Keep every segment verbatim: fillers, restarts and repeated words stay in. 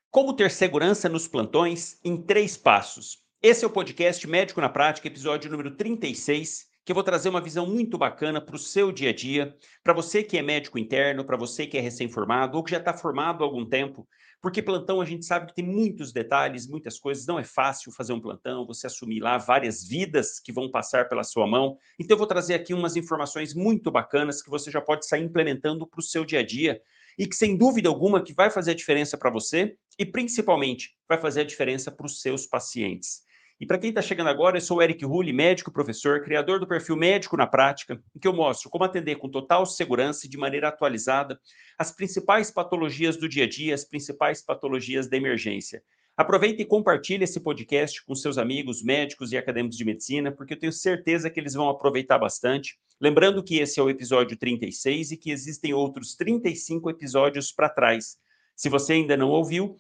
Como ter segurança nos plantões em três passos. Esse é o podcast Médico na Prática, episódio número trinta e seis, que eu vou trazer uma visão muito bacana para o seu dia a dia, para você que é médico interno, para você que é recém-formado ou que já está formado há algum tempo, porque plantão a gente sabe que tem muitos detalhes, muitas coisas, não é fácil fazer um plantão, você assumir lá várias vidas que vão passar pela sua mão. Então eu vou trazer aqui umas informações muito bacanas que você já pode sair implementando para o seu dia a dia e que, sem dúvida alguma, que vai fazer a diferença para você e, principalmente, vai fazer a diferença para os seus pacientes. E para quem está chegando agora, eu sou o Eric Rulli, médico, professor, criador do perfil Médico na Prática, em que eu mostro como atender com total segurança e de maneira atualizada as principais patologias do dia a dia, as principais patologias da emergência. Aproveite e compartilhe esse podcast com seus amigos médicos e acadêmicos de medicina, porque eu tenho certeza que eles vão aproveitar bastante. Lembrando que esse é o episódio trinta e seis e que existem outros trinta e cinco episódios para trás. Se você ainda não ouviu,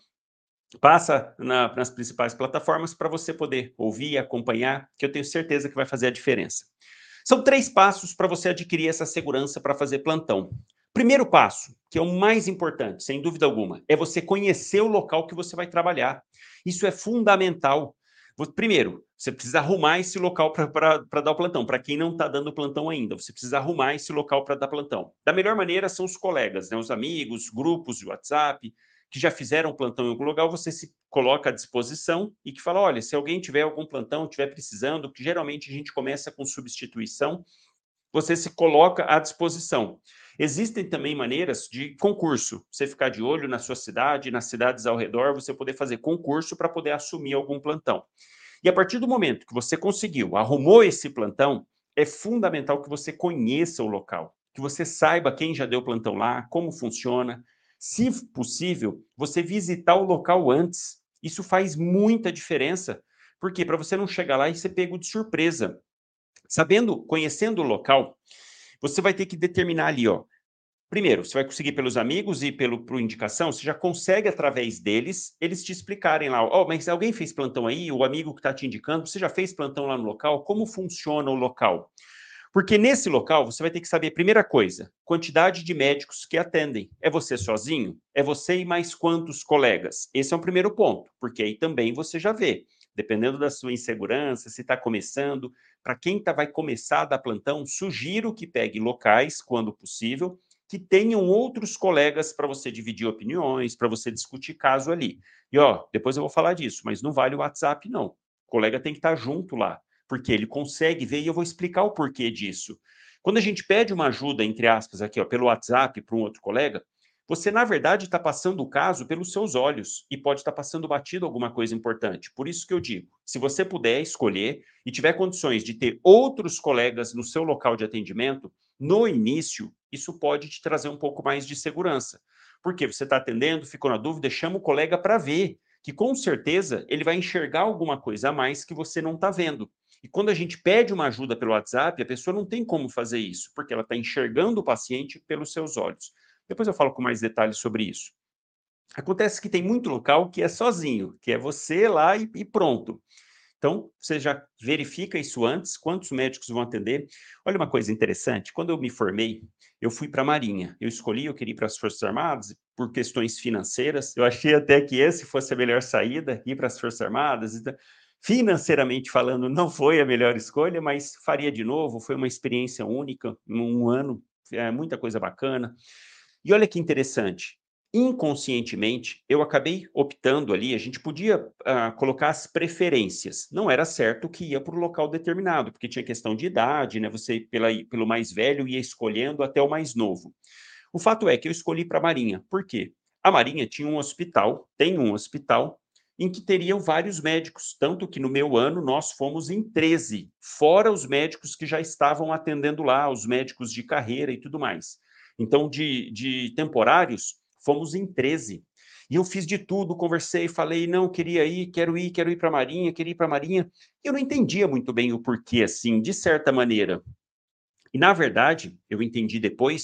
passa na, nas principais plataformas para você poder ouvir e acompanhar, que eu tenho certeza que vai fazer a diferença. São três passos para você adquirir essa segurança para fazer plantão. Primeiro passo, que é o mais importante, sem dúvida alguma, é você conhecer o local que você vai trabalhar. Isso é fundamental. Primeiro, você precisa arrumar esse local para dar o plantão. Para quem não está dando plantão ainda, você precisa arrumar esse local para dar plantão. Da melhor maneira são os colegas, né? Os amigos, grupos de WhatsApp, que já fizeram plantão em algum lugar, você se coloca à disposição e que fala, olha, se alguém tiver algum plantão, estiver precisando, que geralmente a gente começa com substituição, você se coloca à disposição. Existem também maneiras de concurso, você ficar de olho na sua cidade, nas cidades ao redor, você poder fazer concurso para poder assumir algum plantão. E a partir do momento que você conseguiu, arrumou esse plantão, é fundamental que você conheça o local, que você saiba quem já deu plantão lá, como funciona. Se possível, você visitar o local antes. Isso faz muita diferença. Por quê? Para você não chegar lá e ser pego de surpresa. Sabendo, conhecendo o local, você vai ter que determinar ali, ó. Primeiro, você vai conseguir pelos amigos e pelo por indicação, você já consegue através deles, eles te explicarem lá, ó, oh, mas alguém fez plantão aí, o amigo que está te indicando, você já fez plantão lá no local? Como funciona o local? Porque nesse local você vai ter que saber, primeira coisa, quantidade de médicos que atendem. É você sozinho? É você e mais quantos colegas? Esse é o primeiro ponto, porque aí também você já vê. Dependendo da sua insegurança, se está começando, para quem tá, vai começar a dar plantão, sugiro que pegue locais, quando possível, que tenham outros colegas para você dividir opiniões, para você discutir caso ali. E ó, depois eu vou falar disso, mas não vale o WhatsApp, não. O colega tem que estar junto lá, porque ele consegue ver e eu vou explicar o porquê disso. Quando a gente pede uma ajuda, entre aspas, aqui, ó, pelo WhatsApp para um outro colega, você, na verdade, está passando o caso pelos seus olhos e pode estar passando batido alguma coisa importante. Por isso que eu digo, se você puder escolher e tiver condições de ter outros colegas no seu local de atendimento, no início, isso pode te trazer um pouco mais de segurança. Porque você está atendendo, ficou na dúvida, chama o colega para ver, que com certeza ele vai enxergar alguma coisa a mais que você não está vendo. E quando a gente pede uma ajuda pelo WhatsApp, a pessoa não tem como fazer isso, porque ela está enxergando o paciente pelos seus olhos. Depois eu falo com mais detalhes sobre isso. Acontece que tem muito local que é sozinho, que é você lá e, e pronto. Então, você já verifica isso antes, quantos médicos vão atender. Olha uma coisa interessante, quando eu me formei, eu fui para a Marinha. Eu escolhi, eu queria ir para as Forças Armadas por questões financeiras. Eu achei até que esse fosse a melhor saída, ir para as Forças Armadas. Então, financeiramente falando, não foi a melhor escolha, mas faria de novo. Foi uma experiência única, um ano, é, muita coisa bacana. E olha que interessante, inconscientemente, eu acabei optando ali, a gente podia uh, colocar as preferências. Não era certo que ia para o local determinado, porque tinha questão de idade, né? Você, pela, pelo mais velho, ia escolhendo até o mais novo. O fato é que eu escolhi para a Marinha. Por quê? A Marinha tinha um hospital, tem um hospital, em que teriam vários médicos, tanto que no meu ano nós fomos em treze, fora os médicos que já estavam atendendo lá, os médicos de carreira e tudo mais. Então, de, de temporários, fomos em treze. E eu fiz de tudo, conversei, falei, não, queria ir, quero ir, quero ir para a Marinha, queria ir para a Marinha. Eu não entendia muito bem o porquê, assim, de certa maneira. E, na verdade, eu entendi depois,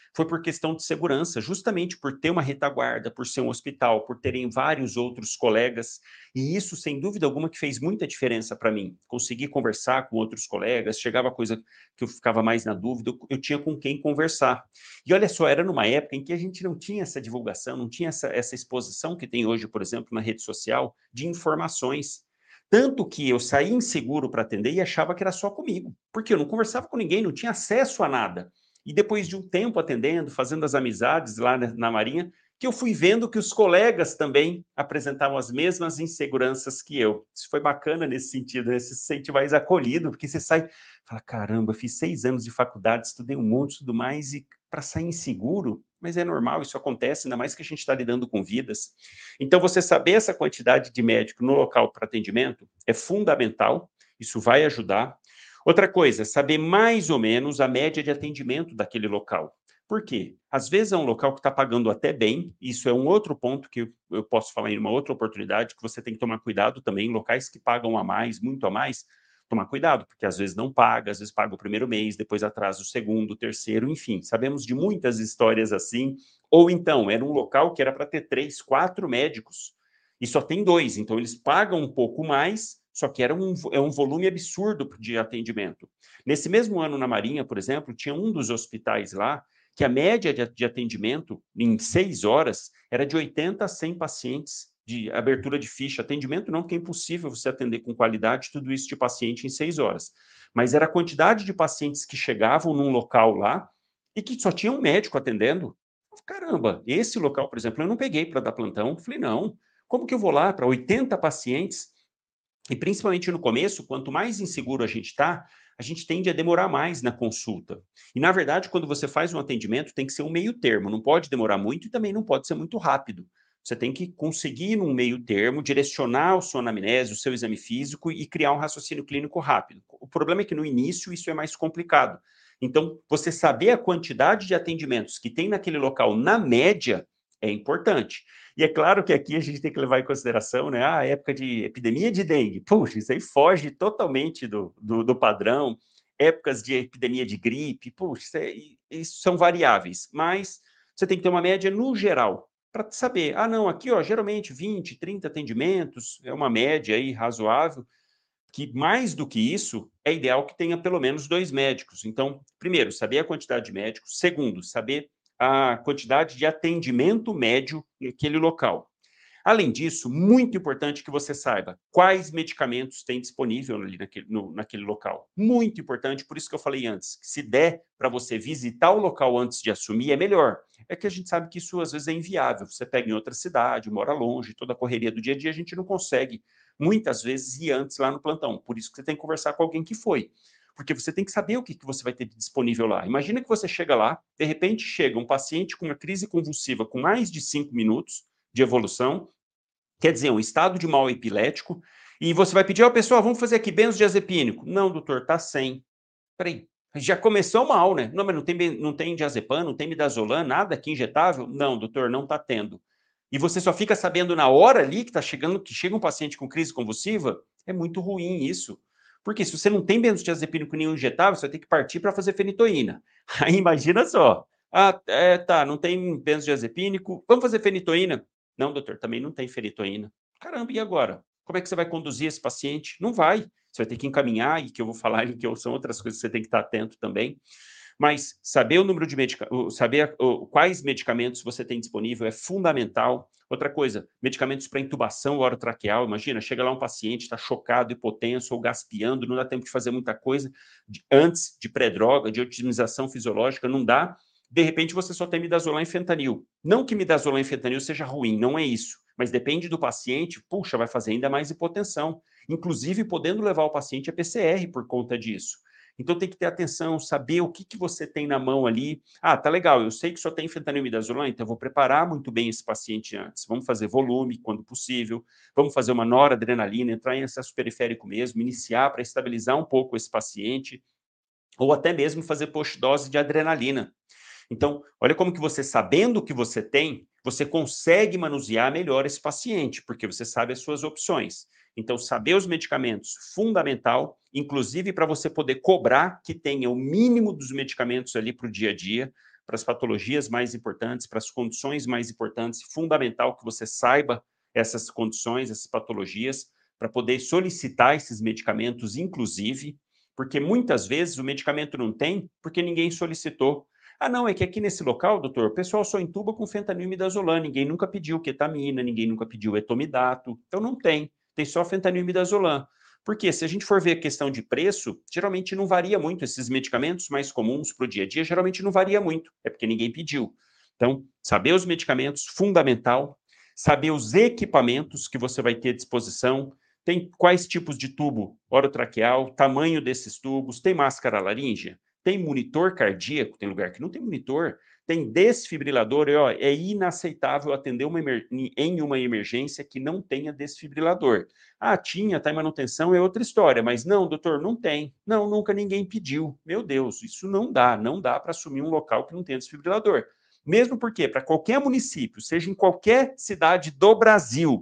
foi por questão de segurança, justamente por ter uma retaguarda, por ser um hospital, por terem vários outros colegas, e isso, sem dúvida alguma, que fez muita diferença para mim. Consegui conversar com outros colegas, chegava coisa que eu ficava mais na dúvida, eu tinha com quem conversar. E olha só, era numa época em que a gente não tinha essa divulgação, não tinha essa, essa exposição que tem hoje, por exemplo, na rede social, de informações. Tanto que eu saí inseguro para atender e achava que era só comigo, porque eu não conversava com ninguém, não tinha acesso a nada. E depois de um tempo atendendo, fazendo as amizades lá na, na Marinha, que eu fui vendo que os colegas também apresentavam as mesmas inseguranças que eu. Isso foi bacana nesse sentido, né? Você se sente mais acolhido, porque você sai, fala, caramba, fiz seis anos de faculdade, estudei um monte e tudo mais, e para sair inseguro, mas é normal, isso acontece, ainda mais que a gente está lidando com vidas. Então, você saber essa quantidade de médico no local para atendimento é fundamental, isso vai ajudar. Outra coisa, saber mais ou menos a média de atendimento daquele local. Por quê? Às vezes é um local que está pagando até bem, isso é um outro ponto que eu posso falar em uma outra oportunidade, que você tem que tomar cuidado também, locais que pagam a mais, muito a mais, tomar cuidado, porque às vezes não paga, às vezes paga o primeiro mês, depois atrasa o segundo, o terceiro, enfim, sabemos de muitas histórias assim. Ou então, era um local que era para ter três, quatro médicos, e só tem dois, então eles pagam um pouco mais, só que era um, é um volume absurdo de atendimento. Nesse mesmo ano na Marinha, por exemplo, tinha um dos hospitais lá, que a média de, de atendimento em seis horas era de oitenta a cem pacientes de abertura de ficha. Atendimento não, porque é impossível você atender com qualidade tudo isso de paciente em seis horas. Mas era a quantidade de pacientes que chegavam num local lá e que só tinha um médico atendendo. Caramba, esse local, por exemplo, eu não peguei para dar plantão. Falei, não, como que eu vou lá para oitenta pacientes? E principalmente no começo, quanto mais inseguro a gente está, a gente tende a demorar mais na consulta. E, na verdade, quando você faz um atendimento, tem que ser um meio termo. Não pode demorar muito e também não pode ser muito rápido. Você tem que conseguir, num meio termo, direcionar a sua anamnese, o seu exame físico e criar um raciocínio clínico rápido. O problema é que, no início, isso é mais complicado. Então, você saber a quantidade de atendimentos que tem naquele local, na média, é importante. E é claro que aqui a gente tem que levar em consideração, né, a época de epidemia de dengue. Puxa, isso aí foge totalmente do, do, do padrão. Épocas de epidemia de gripe, puxa, isso, é, isso são variáveis. Mas você tem que ter uma média no geral, para saber, ah, não, aqui, ó, geralmente vinte, trinta atendimentos, é uma média aí razoável, que mais do que isso, é ideal que tenha pelo menos dois médicos. Então, primeiro, saber a quantidade de médicos. Segundo, saber a quantidade de atendimento médio naquele local. Além disso, muito importante que você saiba quais medicamentos tem disponível ali naquele, no, naquele local. Muito importante, por isso que eu falei antes, que se der para você visitar o local antes de assumir, é melhor. É que a gente sabe que isso às vezes é inviável. Você pega em outra cidade, mora longe, toda a correria do dia a dia, a gente não consegue, muitas vezes, ir antes lá no plantão. Por isso que você tem que conversar com alguém que foi. Porque você tem que saber o que, que você vai ter disponível lá. Imagina que você chega lá, de repente chega um paciente com uma crise convulsiva com mais de cinco minutos de evolução, quer dizer, um estado de mal epilético, e você vai pedir, ó, oh, pessoal, vamos fazer aqui benzodiazepínico. Não, doutor, tá sem. Peraí, já começou mal, né? Não, mas não tem, não tem diazepam, não tem midazolam, nada aqui injetável? Não, doutor, não tá tendo. E você só fica sabendo na hora ali que tá chegando, que chega um paciente com crise convulsiva, é muito ruim isso. Porque se você não tem benzodiazepínico nenhum injetável, você vai ter que partir para fazer fenitoína. Aí imagina só. Ah, é, tá, não tem benzodiazepínico, vamos fazer fenitoína? Não, doutor, também não tem fenitoína. Caramba, e agora? Como é que você vai conduzir esse paciente? Não vai. Você vai ter que encaminhar, e que eu vou falar, e que são outras coisas que você tem que estar atento também. Mas saber o número de medicamentos, saber quais medicamentos você tem disponível é fundamental. Outra coisa, medicamentos para intubação orotraqueal. Imagina, chega lá um paciente, está chocado, hipotenso ou gaspando, não dá tempo de fazer muita coisa de, antes de pré-droga, de otimização fisiológica, não dá. De repente, você só tem midazolam e fentanil. Não que midazolam e fentanil seja ruim, não é isso. Mas depende do paciente, puxa, vai fazer ainda mais hipotensão. Inclusive, podendo levar o paciente a P C R por conta disso. Então, tem que ter atenção, saber o que, que você tem na mão ali. Ah, tá legal, eu sei que só tem fentanil e midazolam, então eu vou preparar muito bem esse paciente antes. Vamos fazer volume, quando possível. Vamos fazer uma noradrenalina, entrar em acesso periférico mesmo, iniciar para estabilizar um pouco esse paciente. Ou até mesmo fazer post-dose de adrenalina. Então, olha como que você, sabendo o que você tem, você consegue manusear melhor esse paciente, porque você sabe as suas opções. Então, saber os medicamentos, fundamental, inclusive para você poder cobrar que tenha o mínimo dos medicamentos ali para o dia a dia, para as patologias mais importantes, para as condições mais importantes, fundamental que você saiba essas condições, essas patologias, para poder solicitar esses medicamentos, inclusive, porque muitas vezes o medicamento não tem porque ninguém solicitou. Ah, não, é que aqui nesse local, doutor, o pessoal só entuba com fentanil e midazolam, ninguém nunca pediu ketamina, ninguém nunca pediu etomidato, então não tem, tem só fentanil e midazolam. Porque se a gente for ver a questão de preço, geralmente não varia muito, esses medicamentos mais comuns para o dia a dia, geralmente não varia muito, é porque ninguém pediu. Então, saber os medicamentos, fundamental, saber os equipamentos que você vai ter à disposição, tem quais tipos de tubo orotraqueal, tamanho desses tubos, tem máscara laríngea, tem monitor cardíaco, tem lugar que não tem monitor, tem desfibrilador, e, ó, é inaceitável atender uma em uma emergência que não tenha desfibrilador. Ah, tinha, está em manutenção, é outra história, mas não, doutor, não tem. Não, nunca ninguém pediu. Meu Deus, isso não dá, não dá para assumir um local que não tem desfibrilador. Mesmo porque, para qualquer município, seja em qualquer cidade do Brasil,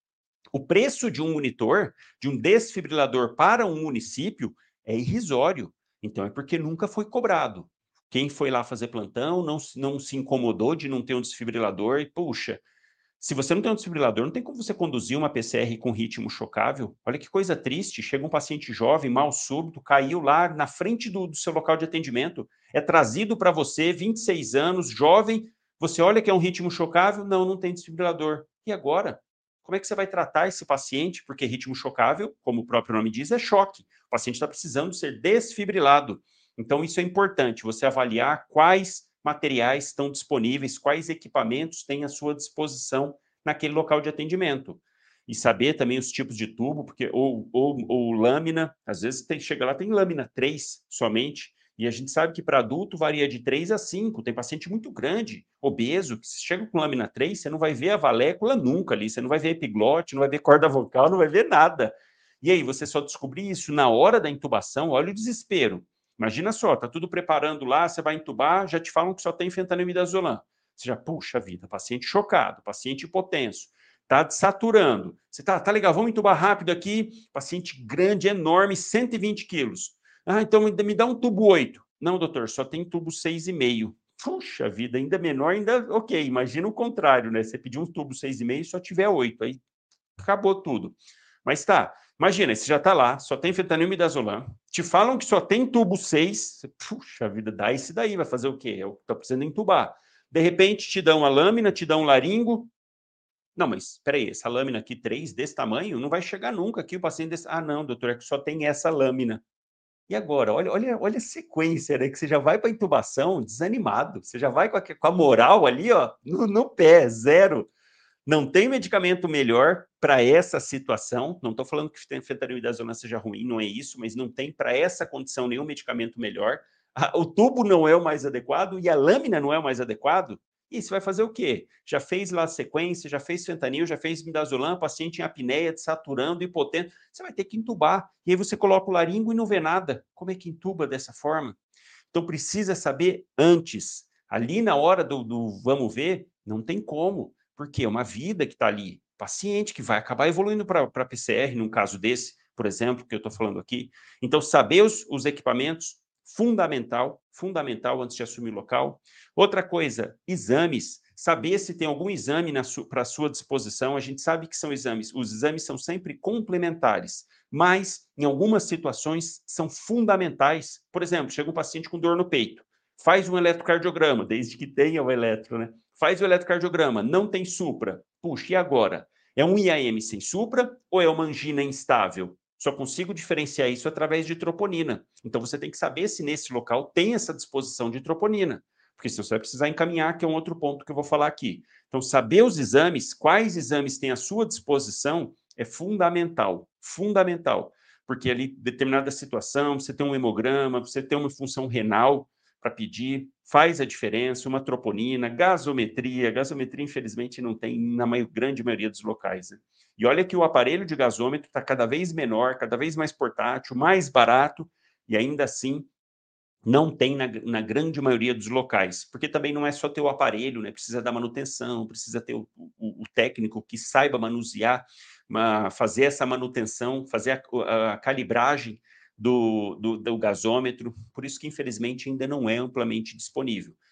o preço de um monitor, de um desfibrilador para um município, é irrisório. Então, é porque nunca foi cobrado. Quem foi lá fazer plantão não, não se incomodou de não ter um desfibrilador e, puxa, se você não tem um desfibrilador, não tem como você conduzir uma P C R com ritmo chocável. Olha que coisa triste, chega um paciente jovem, mal súbito, caiu lá na frente do, do seu local de atendimento, é trazido para você, vinte e seis anos, jovem, você olha que é um ritmo chocável, não, não tem desfibrilador. E agora? Como é que você vai tratar esse paciente? Porque ritmo chocável, como o próprio nome diz, é choque. O paciente está precisando ser desfibrilado. Então, isso é importante, você avaliar quais materiais estão disponíveis, quais equipamentos têm à sua disposição naquele local de atendimento. E saber também os tipos de tubo, porque ou, ou, ou lâmina, às vezes tem, chega lá, tem lâmina três somente, e a gente sabe que para adulto varia de três a cinco, tem paciente muito grande, obeso, que se chega com lâmina três, você não vai ver a valécula nunca ali, você não vai ver epiglote, não vai ver corda vocal, não vai ver nada. E aí, você só descobrir isso na hora da intubação, olha o desespero. Imagina só, tá tudo preparando lá, você vai intubar, já te falam que só tem fentanil e midazolam. Você já, puxa vida, paciente chocado, paciente hipotenso, tá saturando. Você tá, tá legal, vamos intubar rápido aqui, paciente grande, enorme, cento e vinte quilos. Ah, então me dá um tubo oito. Não, doutor, só tem tubo seis e meio. Puxa vida, ainda menor, ainda, ok, imagina o contrário, né? Você pediu um tubo seis e meio e só tiver oito, aí acabou tudo. Mas tá, imagina, você já está lá, só tem fentanil e midazolam, te falam que só tem tubo seis, puxa vida, dá esse daí, vai fazer o quê? É o que está precisando entubar. De repente te dão uma lâmina, te dão um laringo. Não, mas espera aí, essa lâmina aqui três desse tamanho não vai chegar nunca aqui o paciente desse... Ah, não, doutor, é que só tem essa lâmina. E agora? Olha, olha, olha a sequência, né? Que você já vai para a intubação desanimado, você já vai com a, com a moral ali, ó, no, no pé, zero. Não tem medicamento melhor para essa situação. Não estou falando que fentanil e midazolam seja ruim, não é isso, mas não tem para essa condição nenhum medicamento melhor. O tubo não é o mais adequado e a lâmina não é o mais adequado. E você vai fazer o quê? Já fez lá a sequência, já fez fentanil, já fez midazolam, paciente em apneia, desaturando, hipotento. Você vai ter que entubar. E aí você coloca o laringo e não vê nada. Como é que entuba dessa forma? Então precisa saber antes. Ali na hora do, do vamos ver, não tem como. Porque é uma vida que está ali, paciente que vai acabar evoluindo para a P C R, num caso desse, por exemplo, que eu estou falando aqui. Então, saber os, os equipamentos, fundamental, fundamental antes de assumir o local. Outra coisa, exames. Saber se tem algum exame para a sua disposição. A gente sabe que são exames, os exames são sempre complementares, mas em algumas situações são fundamentais. Por exemplo, chega um paciente com dor no peito, faz um eletrocardiograma, desde que tenha o eletro, né? Faz o eletrocardiograma, não tem supra. Puxa, e agora? É um I A M sem supra ou é uma angina instável? Só consigo diferenciar isso através de troponina. Então, você tem que saber se nesse local tem essa disposição de troponina, porque senão você vai precisar encaminhar, que é um outro ponto que eu vou falar aqui. Então, saber os exames, quais exames tem à sua disposição, é fundamental, fundamental, porque ali, determinada situação, você tem um hemograma, você tem uma função renal para pedir, faz a diferença, uma troponina, gasometria. Gasometria, infelizmente, não tem na maior, grande maioria dos locais. Né? E olha que o aparelho de gasômetro está cada vez menor, cada vez mais portátil, mais barato, e ainda assim não tem na, na grande maioria dos locais, porque também não é só ter o aparelho, né? Precisa da manutenção, precisa ter o, o, o técnico que saiba manusear, uma, fazer essa manutenção, fazer a, a calibragem do, do, do gasômetro, por isso que infelizmente ainda não é amplamente disponível.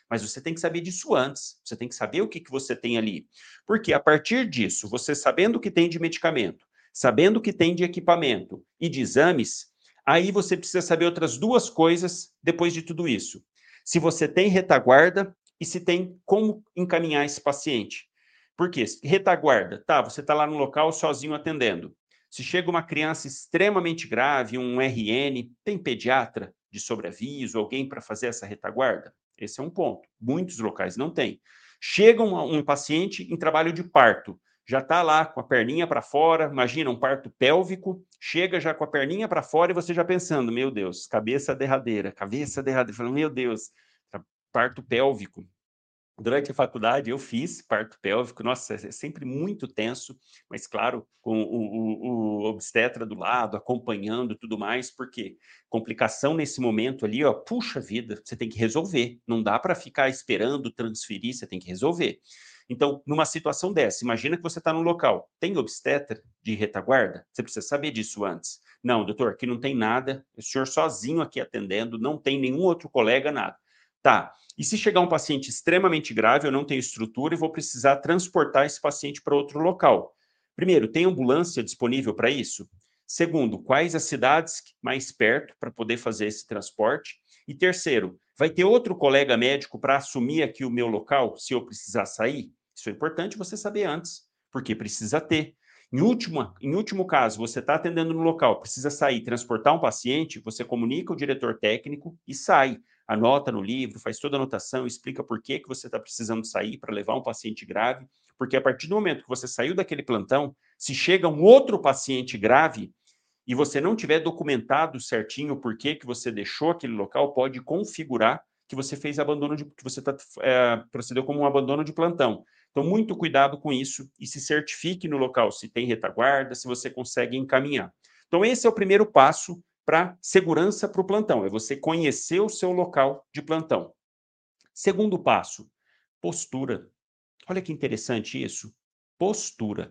mas você tem que saber disso antes, você tem que saber o que, que você tem ali. Porque a partir disso, você sabendo o que tem de medicamento, sabendo o que tem de equipamento e de exames, aí você precisa saber outras duas coisas depois de tudo isso. Se você tem retaguarda e se tem como encaminhar esse paciente. Por quê? Retaguarda, tá, você está lá no local sozinho atendendo. Se chega uma criança extremamente grave, um R N, tem pediatra de sobreaviso, alguém para fazer essa retaguarda? Esse é um ponto. Muitos locais não têm. Chega um, um paciente em trabalho de parto, já está lá com a perninha para fora, imagina um parto pélvico, chega já com a perninha para fora e você já pensando, meu Deus, cabeça derradeira, cabeça derradeira, falando, meu Deus, parto pélvico. Durante a faculdade, eu fiz parto pélvico, nossa, é sempre muito tenso, mas claro, com o, o, o obstetra do lado, acompanhando tudo mais, porque complicação nesse momento ali, ó, puxa vida, você tem que resolver, não dá para ficar esperando transferir, você tem que resolver. Então, numa situação dessa, imagina que você está num local, tem obstetra de retaguarda? Você precisa saber disso antes. Não, doutor, aqui não tem nada, o senhor sozinho aqui atendendo, não tem nenhum outro colega, nada. Tá, e se chegar um paciente extremamente grave, eu não tenho estrutura e vou precisar transportar esse paciente para outro local. Primeiro, tem ambulância disponível para isso? Segundo, quais as cidades mais perto para poder fazer esse transporte? E terceiro, vai ter outro colega médico para assumir aqui o meu local se eu precisar sair? Isso é importante você saber antes, porque precisa ter. Em, última, em último caso, você está atendendo no local, precisa sair, transportar um paciente, você comunica o diretor técnico e sai. Anota no livro, faz toda a anotação, explica por que, que você está precisando sair para levar um paciente grave, porque a partir do momento que você saiu daquele plantão, se chega um outro paciente grave e você não tiver documentado certinho por que, que você deixou aquele local, pode configurar que você fez abandono de, que você tá, é, procedeu como um abandono de plantão. Então, muito cuidado com isso e se certifique no local se tem retaguarda, se você consegue encaminhar. Então, esse é o primeiro passo para segurança para o plantão, é você conhecer o seu local de plantão. Segundo passo, postura. Olha que interessante isso. Postura.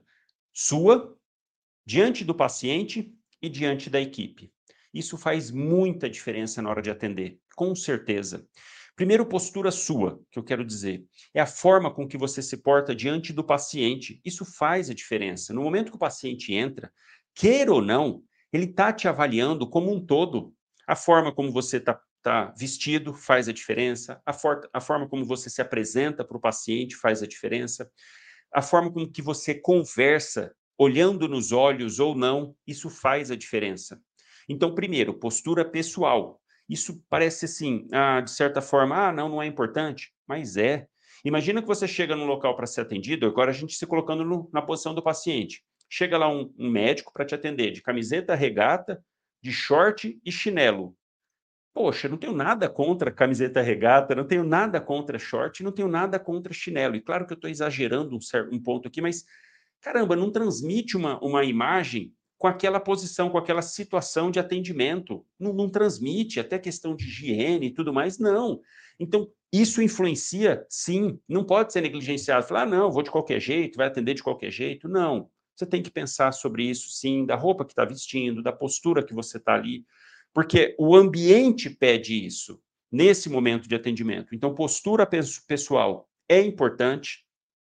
Sua, diante do paciente e diante da equipe. Isso faz muita diferença na hora de atender, com certeza. Primeiro, postura sua, que eu quero dizer, é a forma com que você se porta diante do paciente. Isso faz a diferença. No momento que o paciente entra, queira ou não, ele está te avaliando como um todo. A forma como você está tá vestido faz a diferença, a, for a forma como você se apresenta para o paciente faz a diferença, a forma como que você conversa, olhando nos olhos ou não, isso faz a diferença. Então, primeiro, postura pessoal. Isso parece assim, ah, de certa forma, ah, não, não é importante, mas é. Imagina que você chega num local para ser atendido, agora a gente se colocando no, na posição do paciente. Chega lá um, um médico para te atender, de camiseta regata, de short e chinelo. Poxa, não tenho nada contra camiseta regata, não tenho nada contra short, não tenho nada contra chinelo. E claro que eu estou exagerando um, certo, um ponto aqui, mas, caramba, não transmite uma, uma imagem com aquela posição, com aquela situação de atendimento. Não, não transmite, até questão de higiene e tudo mais, não. Então, isso influencia, sim, não pode ser negligenciado. Falar, ah, não, vou de qualquer jeito, vai atender de qualquer jeito. Não, você tem que pensar sobre isso, sim, da roupa que está vestindo, da postura que você está ali, porque o ambiente pede isso nesse momento de atendimento. Então, postura pessoal é importante,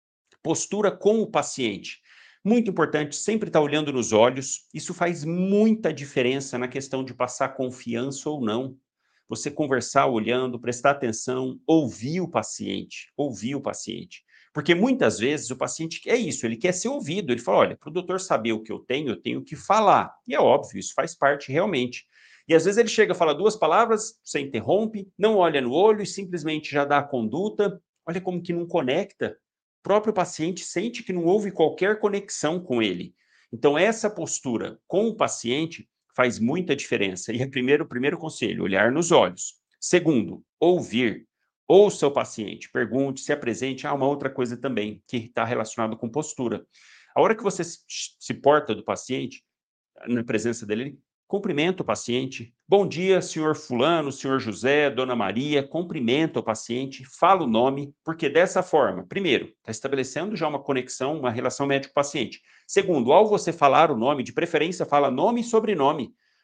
postura com o paciente. Muito importante, sempre estar olhando nos olhos. Isso faz muita diferença na questão de passar confiança ou não. Você conversar olhando, prestar atenção, ouvir o paciente, ouvir o paciente. Porque muitas vezes o paciente é isso, ele quer ser ouvido. Ele fala, olha, para o doutor saber o que eu tenho, eu tenho que falar. E é óbvio, isso faz parte realmente. E às vezes ele chega, fala duas palavras, você interrompe, não olha no olho e simplesmente já dá a conduta. Olha como que não conecta. O próprio paciente sente que não houve qualquer conexão com ele. Então, essa postura com o paciente faz muita diferença. E é primeiro, o primeiro conselho, olhar nos olhos. Segundo, ouvir. Ouça o paciente, pergunte, se apresente. Ah, uma outra coisa também que está relacionado com postura. A hora que você se porta do paciente, na presença dele, cumprimenta o paciente. Bom dia, senhor fulano, senhor José, dona Maria. Cumprimenta o paciente, fala o nome, porque dessa forma, primeiro, está estabelecendo já uma conexão, uma relação médico-paciente. Segundo, ao você falar o nome, de preferência, fala nome e sobrenome,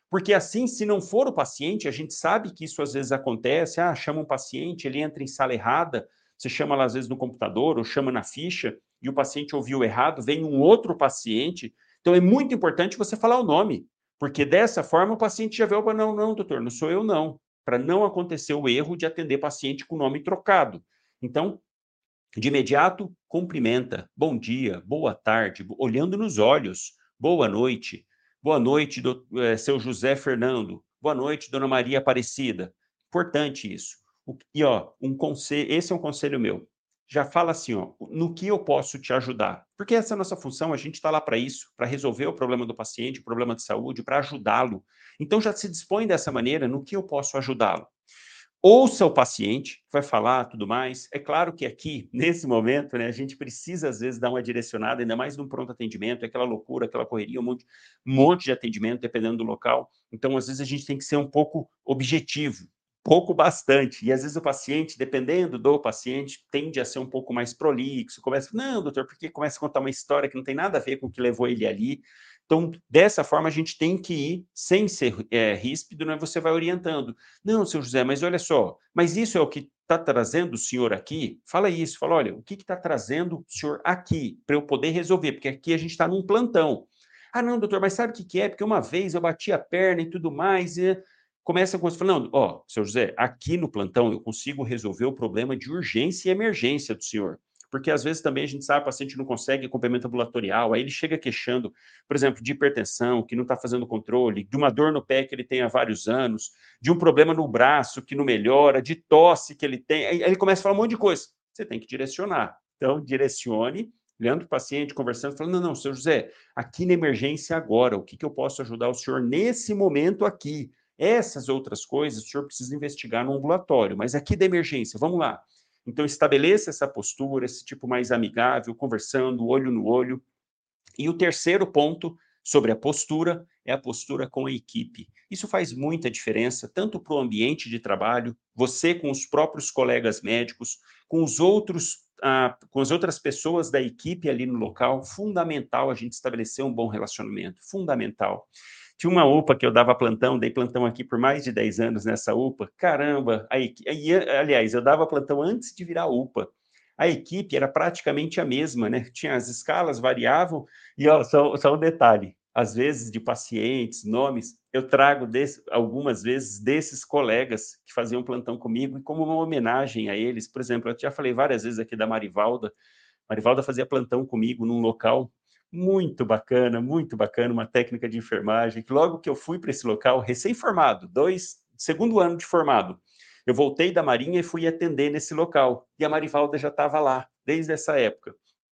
Porque assim, se não for o paciente, a gente sabe que isso às vezes acontece, ah, chama um paciente, ele entra em sala errada, você chama lá às vezes no computador ou chama na ficha e o paciente ouviu errado, vem um outro paciente. Então é muito importante você falar o nome, porque dessa forma o paciente já vê, opa, não, não, doutor, não sou eu não, para não acontecer o erro de atender paciente com nome trocado. Então, de imediato, cumprimenta, bom dia, boa tarde, olhando nos olhos, boa noite, boa noite, do, eh, seu José Fernando, boa noite, dona Maria Aparecida. Importante isso. O, e ó, um conselho, esse é um conselho meu. Já fala assim, ó, no que eu posso te ajudar? Porque essa é a nossa função, a gente está lá para isso, para resolver o problema do paciente, o problema de saúde, para ajudá-lo. Então já se dispõe dessa maneira, no que eu posso ajudá-lo? Ouça o paciente, vai falar, tudo mais. É claro que aqui, nesse momento, né, a gente precisa, às vezes, dar uma direcionada, ainda mais num pronto atendimento, é aquela loucura, aquela correria, um monte, um monte de atendimento, dependendo do local. Então, às vezes, a gente tem que ser um pouco objetivo, pouco bastante. E, às vezes, o paciente, dependendo do paciente, tende a ser um pouco mais prolixo, começa, não, doutor, porque começa a contar uma história que não tem nada a ver com o que levou ele ali. Então, dessa forma, a gente tem que ir, sem ser é, ríspido, né, você vai orientando. Não, seu José, mas olha só, mas isso é o que está trazendo o senhor aqui? Fala isso, fala, olha, o que está trazendo o senhor aqui, para eu poder resolver, porque aqui a gente está num plantão. Ah, não, doutor, mas sabe o que, que é? Porque uma vez eu bati a perna e tudo mais, e começa com você falando, ó, seu José, aqui no plantão eu consigo resolver o problema de urgência e emergência do senhor. Porque às vezes também a gente sabe, o paciente não consegue acompanhamento ambulatorial, aí ele chega queixando, por exemplo, de hipertensão, que não está fazendo controle, de uma dor no pé que ele tem há vários anos, de um problema no braço que não melhora, de tosse que ele tem, aí ele começa a falar um monte de coisa. Você tem que direcionar. Então, direcione, olhando para o paciente, conversando, falando, não, não, seu José, aqui na emergência agora, o que, que eu posso ajudar o senhor nesse momento aqui? Essas outras coisas o senhor precisa investigar no ambulatório, mas aqui da emergência, vamos lá. Então, estabeleça essa postura, esse tipo mais amigável, conversando, olho no olho. E o terceiro ponto sobre a postura é a postura com a equipe. Isso faz muita diferença, tanto para o ambiente de trabalho, você com os próprios colegas médicos, com os outros, ah, com as outras pessoas da equipe ali no local. Fundamental a gente estabelecer um bom relacionamento, fundamental. Tinha uma UPA que eu dava plantão, dei plantão aqui por mais de dez anos nessa UPA. Caramba, a equipe, aliás, eu dava plantão antes de virar UPA. A equipe era praticamente a mesma, né? Tinha as escalas, variavam, e ó, só, só um detalhe, às vezes de pacientes, nomes, eu trago desse, algumas vezes desses colegas que faziam plantão comigo, e como uma homenagem a eles, por exemplo, eu já falei várias vezes aqui da Marivalda, Marivalda fazia plantão comigo num local muito bacana, muito bacana, uma técnica de enfermagem, que logo que eu fui para esse local, recém-formado, dois, segundo ano de formado, eu voltei da Marinha e fui atender nesse local, e a Marivalda já estava lá, desde essa época.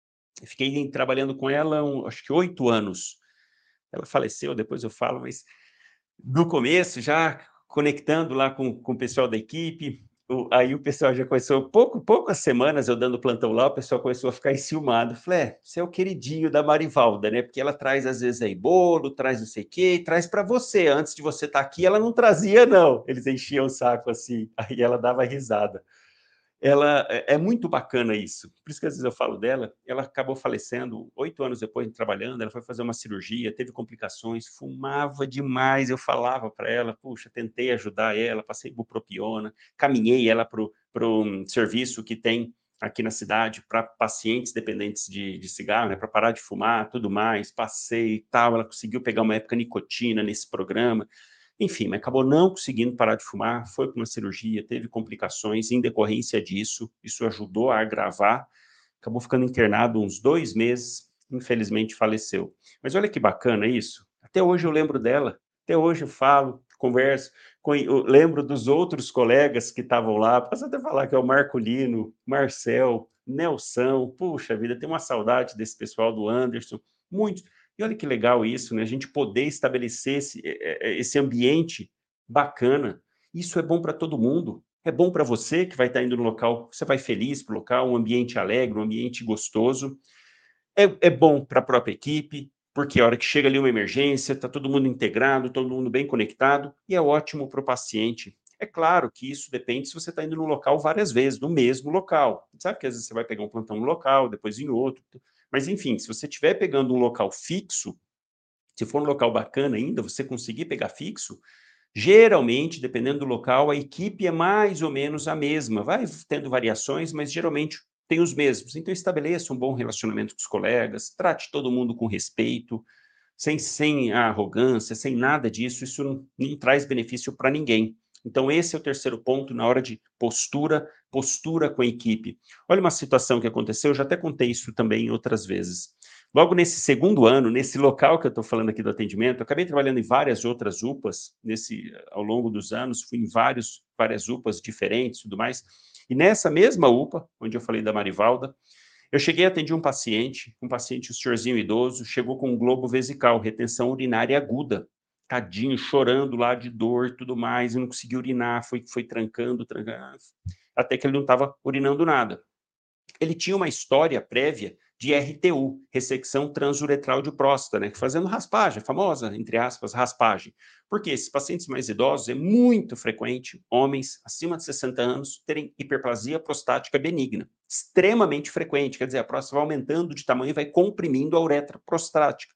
Fiquei trabalhando com ela, um, acho que oito anos. Ela faleceu, depois eu falo, mas no começo, já conectando lá com, com o pessoal da equipe, o, aí o pessoal já começou, pouco, poucas semanas eu dando plantão lá, o pessoal começou a ficar enciumado. Falei, é, você é o queridinho da Marivalda, né? Porque ela traz, às vezes, aí bolo, traz não sei o quê, traz para você. Antes de você estar aqui, ela não trazia, não. Eles enchiam o saco assim, aí ela dava risada. Ela é é muito bacana isso. Por isso que às vezes eu falo dela, ela acabou falecendo oito anos depois de trabalhando, ela foi fazer uma cirurgia, teve complicações, fumava demais, eu falava para ela, puxa, tentei ajudar ela, passei bupropiona, caminhei ela para o serviço que tem aqui na cidade para pacientes dependentes de, de cigarro, né, para parar de fumar, tudo mais, passei e tal, ela conseguiu pegar uma época nicotina nesse programa, enfim, mas acabou não conseguindo parar de fumar, foi para uma cirurgia, teve complicações em decorrência disso, isso ajudou a agravar, acabou ficando internado uns dois meses, infelizmente faleceu. Mas olha que bacana isso, até hoje eu lembro dela, até hoje eu falo, converso, eu lembro dos outros colegas que estavam lá, posso até falar que é o Marcolino, Marcel, Nelson, puxa vida, tem uma saudade desse pessoal do Anderson, muito. E olha que legal isso, né? A gente poder estabelecer esse, esse ambiente bacana. Isso é bom para todo mundo. É bom para você que vai estar indo no local, você vai feliz para o local, um ambiente alegre, um ambiente gostoso. É, é bom para a própria equipe, porque a hora que chega ali uma emergência, está todo mundo integrado, todo mundo bem conectado, e é ótimo para o paciente. É claro que isso depende se você está indo no local várias vezes, no mesmo local. Sabe que às vezes você vai pegar um plantão no local, depois em outro. Mas, enfim, se você estiver pegando um local fixo, Se for um local bacana ainda, você conseguir pegar fixo, geralmente, dependendo do local, a equipe é mais ou menos a mesma. Vai tendo variações, mas geralmente tem os mesmos. Então, estabeleça um bom relacionamento com os colegas, trate todo mundo com respeito, sem, sem arrogância, sem nada disso. Isso não, não traz benefício para ninguém. Então, esse é o terceiro ponto na hora de postura, postura com a equipe. Olha uma situação que aconteceu, eu já até contei isso também outras vezes. Logo nesse segundo ano, nesse local que eu estou falando aqui do atendimento, eu acabei trabalhando em várias outras U P As nesse, ao longo dos anos, fui em vários, várias U P As diferentes e tudo mais. E nessa mesma U P A, onde eu falei da Marivalda, eu cheguei a atender um paciente, um paciente, um senhorzinho idoso, chegou com um globo vesical, retenção urinária aguda. Tadinho, chorando lá de dor e tudo mais, e não conseguia urinar, foi, foi trancando, trancando, até que ele não estava urinando nada. Ele tinha uma história prévia de R T U, ressecção transuretral de próstata, né, fazendo raspagem, a famosa, entre aspas, raspagem. Porque esses pacientes mais idosos é muito frequente, homens acima de sessenta anos, terem hiperplasia prostática benigna. Extremamente frequente, quer dizer, a próstata vai aumentando de tamanho e vai comprimindo a uretra prostática.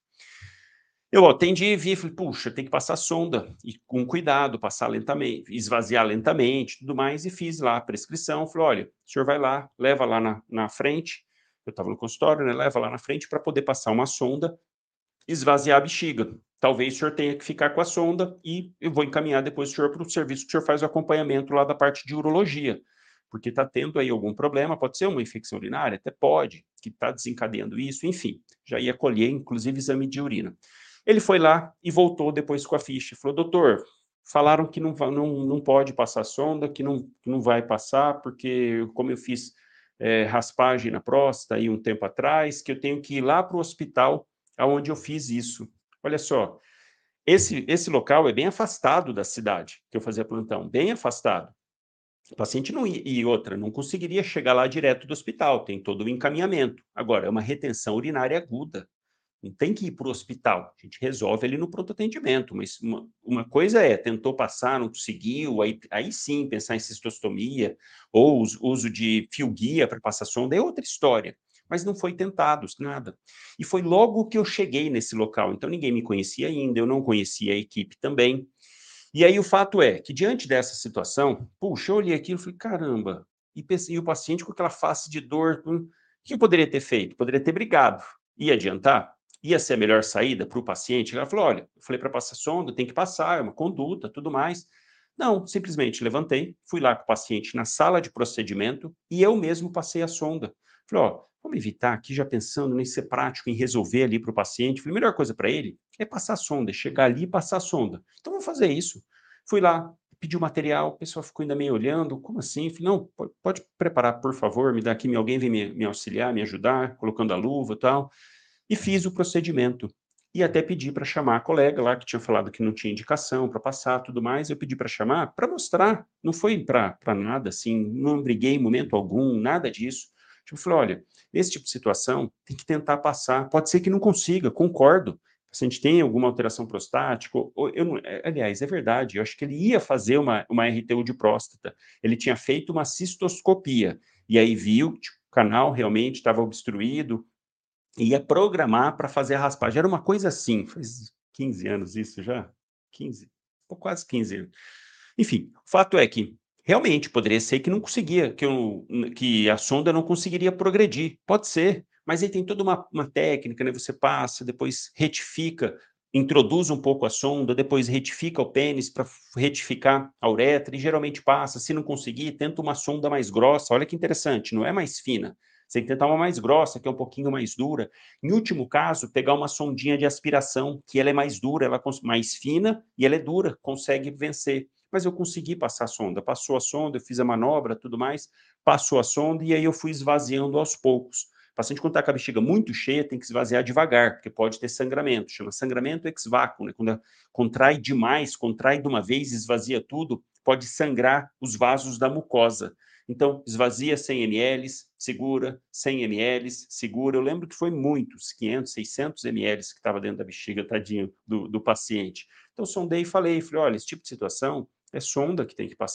Eu atendi, vi, falei, puxa, tem que passar sonda, e com cuidado, passar lentamente, esvaziar lentamente, tudo mais, e fiz lá a prescrição, falei, olha, o senhor vai lá, leva lá na, na frente, eu estava no consultório, né, leva lá na frente para poder passar uma sonda, esvaziar a bexiga. Talvez o senhor tenha que ficar com a sonda e eu vou encaminhar depois o senhor para o serviço que o senhor faz o acompanhamento lá da parte de urologia, porque está tendo aí algum problema, pode ser uma infecção urinária, até pode, que está desencadeando isso, enfim, já ia colher, inclusive, exame de urina. Ele foi lá e voltou depois com a ficha. Falou, doutor, falaram que não, não, não pode passar sonda, que não, que não vai passar, porque como eu fiz é, raspagem na próstata aí um tempo atrás, que eu tenho que ir lá para o hospital aonde eu fiz isso. Olha só, esse, esse local é bem afastado da cidade, que eu fazia plantão, bem afastado. O paciente não ia, e outra, não conseguiria chegar lá direto do hospital, tem todo o encaminhamento. Agora, é uma retenção urinária aguda. Não tem que ir para o hospital, a gente resolve ali no pronto atendimento, mas uma, uma coisa é, tentou passar, não conseguiu, aí, aí sim pensar em cistostomia, ou us, uso de fio-guia para passar sonda, é outra história, mas não foi tentado, nada. E foi logo que eu cheguei nesse local, então ninguém me conhecia ainda, eu não conhecia a equipe também, e aí o fato é que diante dessa situação, puxa, eu olhei aquilo e falei, caramba, e, e o paciente com aquela face de dor, hum, o que eu poderia ter feito? Poderia ter brigado, ia adiantar? Ia ser a melhor saída para o paciente? Ela falou, olha, eu falei para passar sonda, tem que passar, é uma conduta, tudo mais. Não, simplesmente levantei, fui lá com o paciente na sala de procedimento e eu mesmo passei a sonda. Falei, ó, vamos evitar aqui, já pensando em ser prático, em resolver ali para o paciente. Falei, a melhor coisa para ele é passar a sonda, é chegar ali e passar a sonda. Então, vamos fazer isso. Fui lá, pedi o material, o pessoal ficou ainda meio olhando, como assim? Falei, não, pode, pode preparar, por favor, me dá aqui, alguém vem me, me auxiliar, me ajudar, colocando a luva e tal. E fiz o procedimento. E até pedi para chamar a colega lá, que tinha falado que não tinha indicação para passar, tudo mais, eu pedi para chamar, para mostrar, não foi para nada, assim, não briguei em momento algum, nada disso. Tipo, eu falei, olha, nesse tipo de situação, tem que tentar passar, pode ser que não consiga, concordo, se a gente tem alguma alteração prostática, ou, eu não, aliás, é verdade, eu acho que ele ia fazer uma, uma R T U de próstata, ele tinha feito uma cistoscopia, e aí viu que tipo, o canal realmente estava obstruído, ia programar para fazer a raspagem. Era uma coisa assim, faz quinze anos isso já? quinze, ou quase quinze anos. Enfim, o fato é que realmente poderia ser que não conseguia, que, eu, que a sonda não conseguiria progredir. Pode ser, mas aí tem toda uma, uma técnica, né? Você passa, depois retifica, introduz um pouco a sonda, depois retifica o pênis para retificar a uretra e geralmente passa. Se não conseguir, tenta uma sonda mais grossa. Olha que interessante, não é mais fina. Você tem que tentar uma mais grossa, que é um pouquinho mais dura. Em último caso, pegar uma sondinha de aspiração, que ela é mais dura, ela é mais fina e ela é dura, consegue vencer. Mas eu consegui passar a sonda. Passou a sonda, eu fiz a manobra, tudo mais, passou a sonda e aí eu fui esvaziando aos poucos. O paciente, quando está com a bexiga muito cheia, tem que esvaziar devagar, porque pode ter sangramento. Chama sangramento ex-vácuo, né? Quando contrai demais, contrai de uma vez, esvazia tudo, pode sangrar os vasos da mucosa. Então, esvazia cem mililitros, segura, cem mililitros, segura. Eu lembro que foi muitos, quinhentos, seiscentos mililitros que estava dentro da bexiga, tadinho, do, do paciente. Então, sondei e falei, falei, olha, esse tipo de situação é sonda que tem que passar.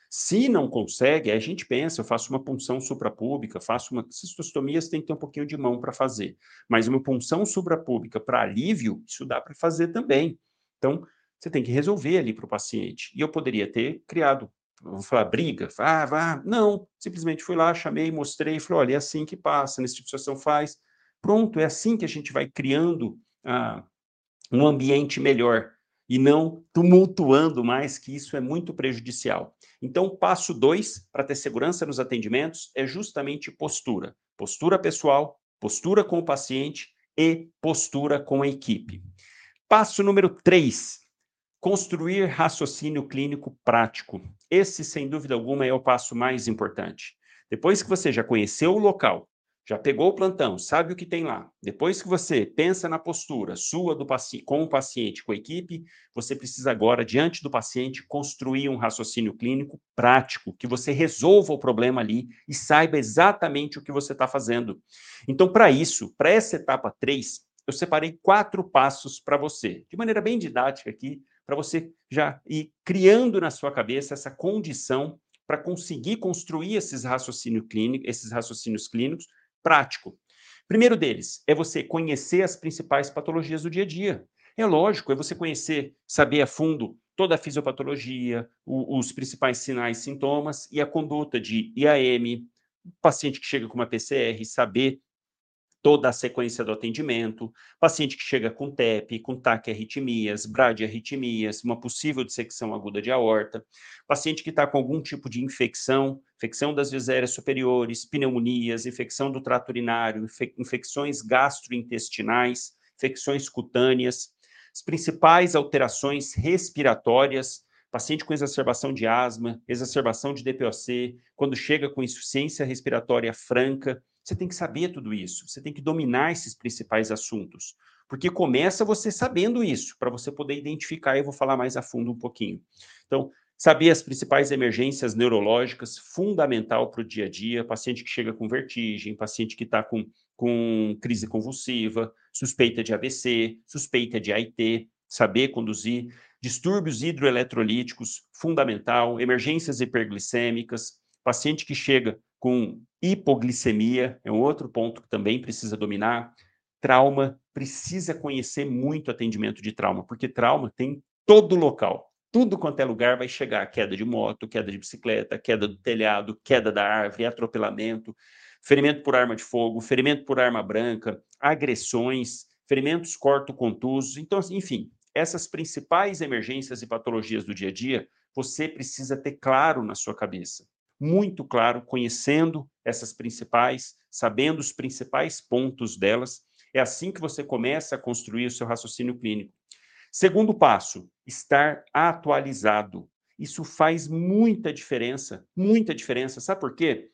Se não consegue, aí a gente pensa, eu faço uma punção suprapúbica, faço uma cistostomia, você tem que ter um pouquinho de mão para fazer. Mas uma punção suprapúbica para alívio, isso dá para fazer também. Então, você tem que resolver ali para o paciente. E eu poderia ter criado, vou falar, briga, ah, vá. Não, simplesmente fui lá, chamei, mostrei, falei, olha, é assim que passa, nesse tipo de situação faz. Pronto, é assim que a gente vai criando ah, um ambiente melhor e não tumultuando mais, que isso é muito prejudicial. Então, passo dois, para ter segurança nos atendimentos, é justamente postura. Postura pessoal, postura com o paciente e postura com a equipe. Passo número três, construir raciocínio clínico prático. Esse, sem dúvida alguma, é o passo mais importante. Depois que você já conheceu o local, já pegou o plantão, sabe o que tem lá, depois que você pensa na postura sua do paci- com o paciente, com a equipe, você precisa agora, diante do paciente, construir um raciocínio clínico prático, que você resolva o problema ali e saiba exatamente o que você está fazendo. Então, para isso, para essa etapa três, eu separei quatro passos para você, de maneira bem didática aqui, para você já ir criando na sua cabeça essa condição para conseguir construir esses raciocínios clínicos, esses raciocínios clínicos prático. Primeiro deles é você conhecer as principais patologias do dia a dia. É lógico, é você conhecer, saber a fundo toda a fisiopatologia, o, os principais sinais, sintomas e a conduta de I A M, paciente que chega com uma P C R, saber toda a sequência do atendimento, paciente que chega com T E P, com taquiarritmias, bradiarritmias, uma possível dissecção aguda de aorta, paciente que está com algum tipo de infecção, infecção das vias aéreas superiores, pneumonias, infecção do trato urinário, infe infecções gastrointestinais, infecções cutâneas, as principais alterações respiratórias, paciente com exacerbação de asma, exacerbação de D P O C, quando chega com insuficiência respiratória franca, você tem que saber tudo isso, você tem que dominar esses principais assuntos, porque começa você sabendo isso, para você poder identificar, e eu vou falar mais a fundo um pouquinho. Então, saber as principais emergências neurológicas, fundamental para o dia a dia, paciente que chega com vertigem, paciente que está com, com crise convulsiva, suspeita de A V C, suspeita de A I T, saber conduzir, distúrbios hidroeletrolíticos, fundamental, emergências hiperglicêmicas, paciente que chega com hipoglicemia, é um outro ponto que também precisa dominar. Trauma, precisa conhecer muito atendimento de trauma, porque trauma tem todo local. Tudo quanto é lugar vai chegar. Queda de moto, queda de bicicleta, queda do telhado, queda da árvore, atropelamento, ferimento por arma de fogo, ferimento por arma branca, agressões, ferimentos cortocontusos. Então, enfim, essas principais emergências e patologias do dia a dia, você precisa ter claro na sua cabeça. Muito claro, conhecendo essas principais, sabendo os principais pontos delas, é assim que você começa a construir o seu raciocínio clínico. Segundo passo, estar atualizado. Isso faz muita diferença, muita diferença. Sabe por quê?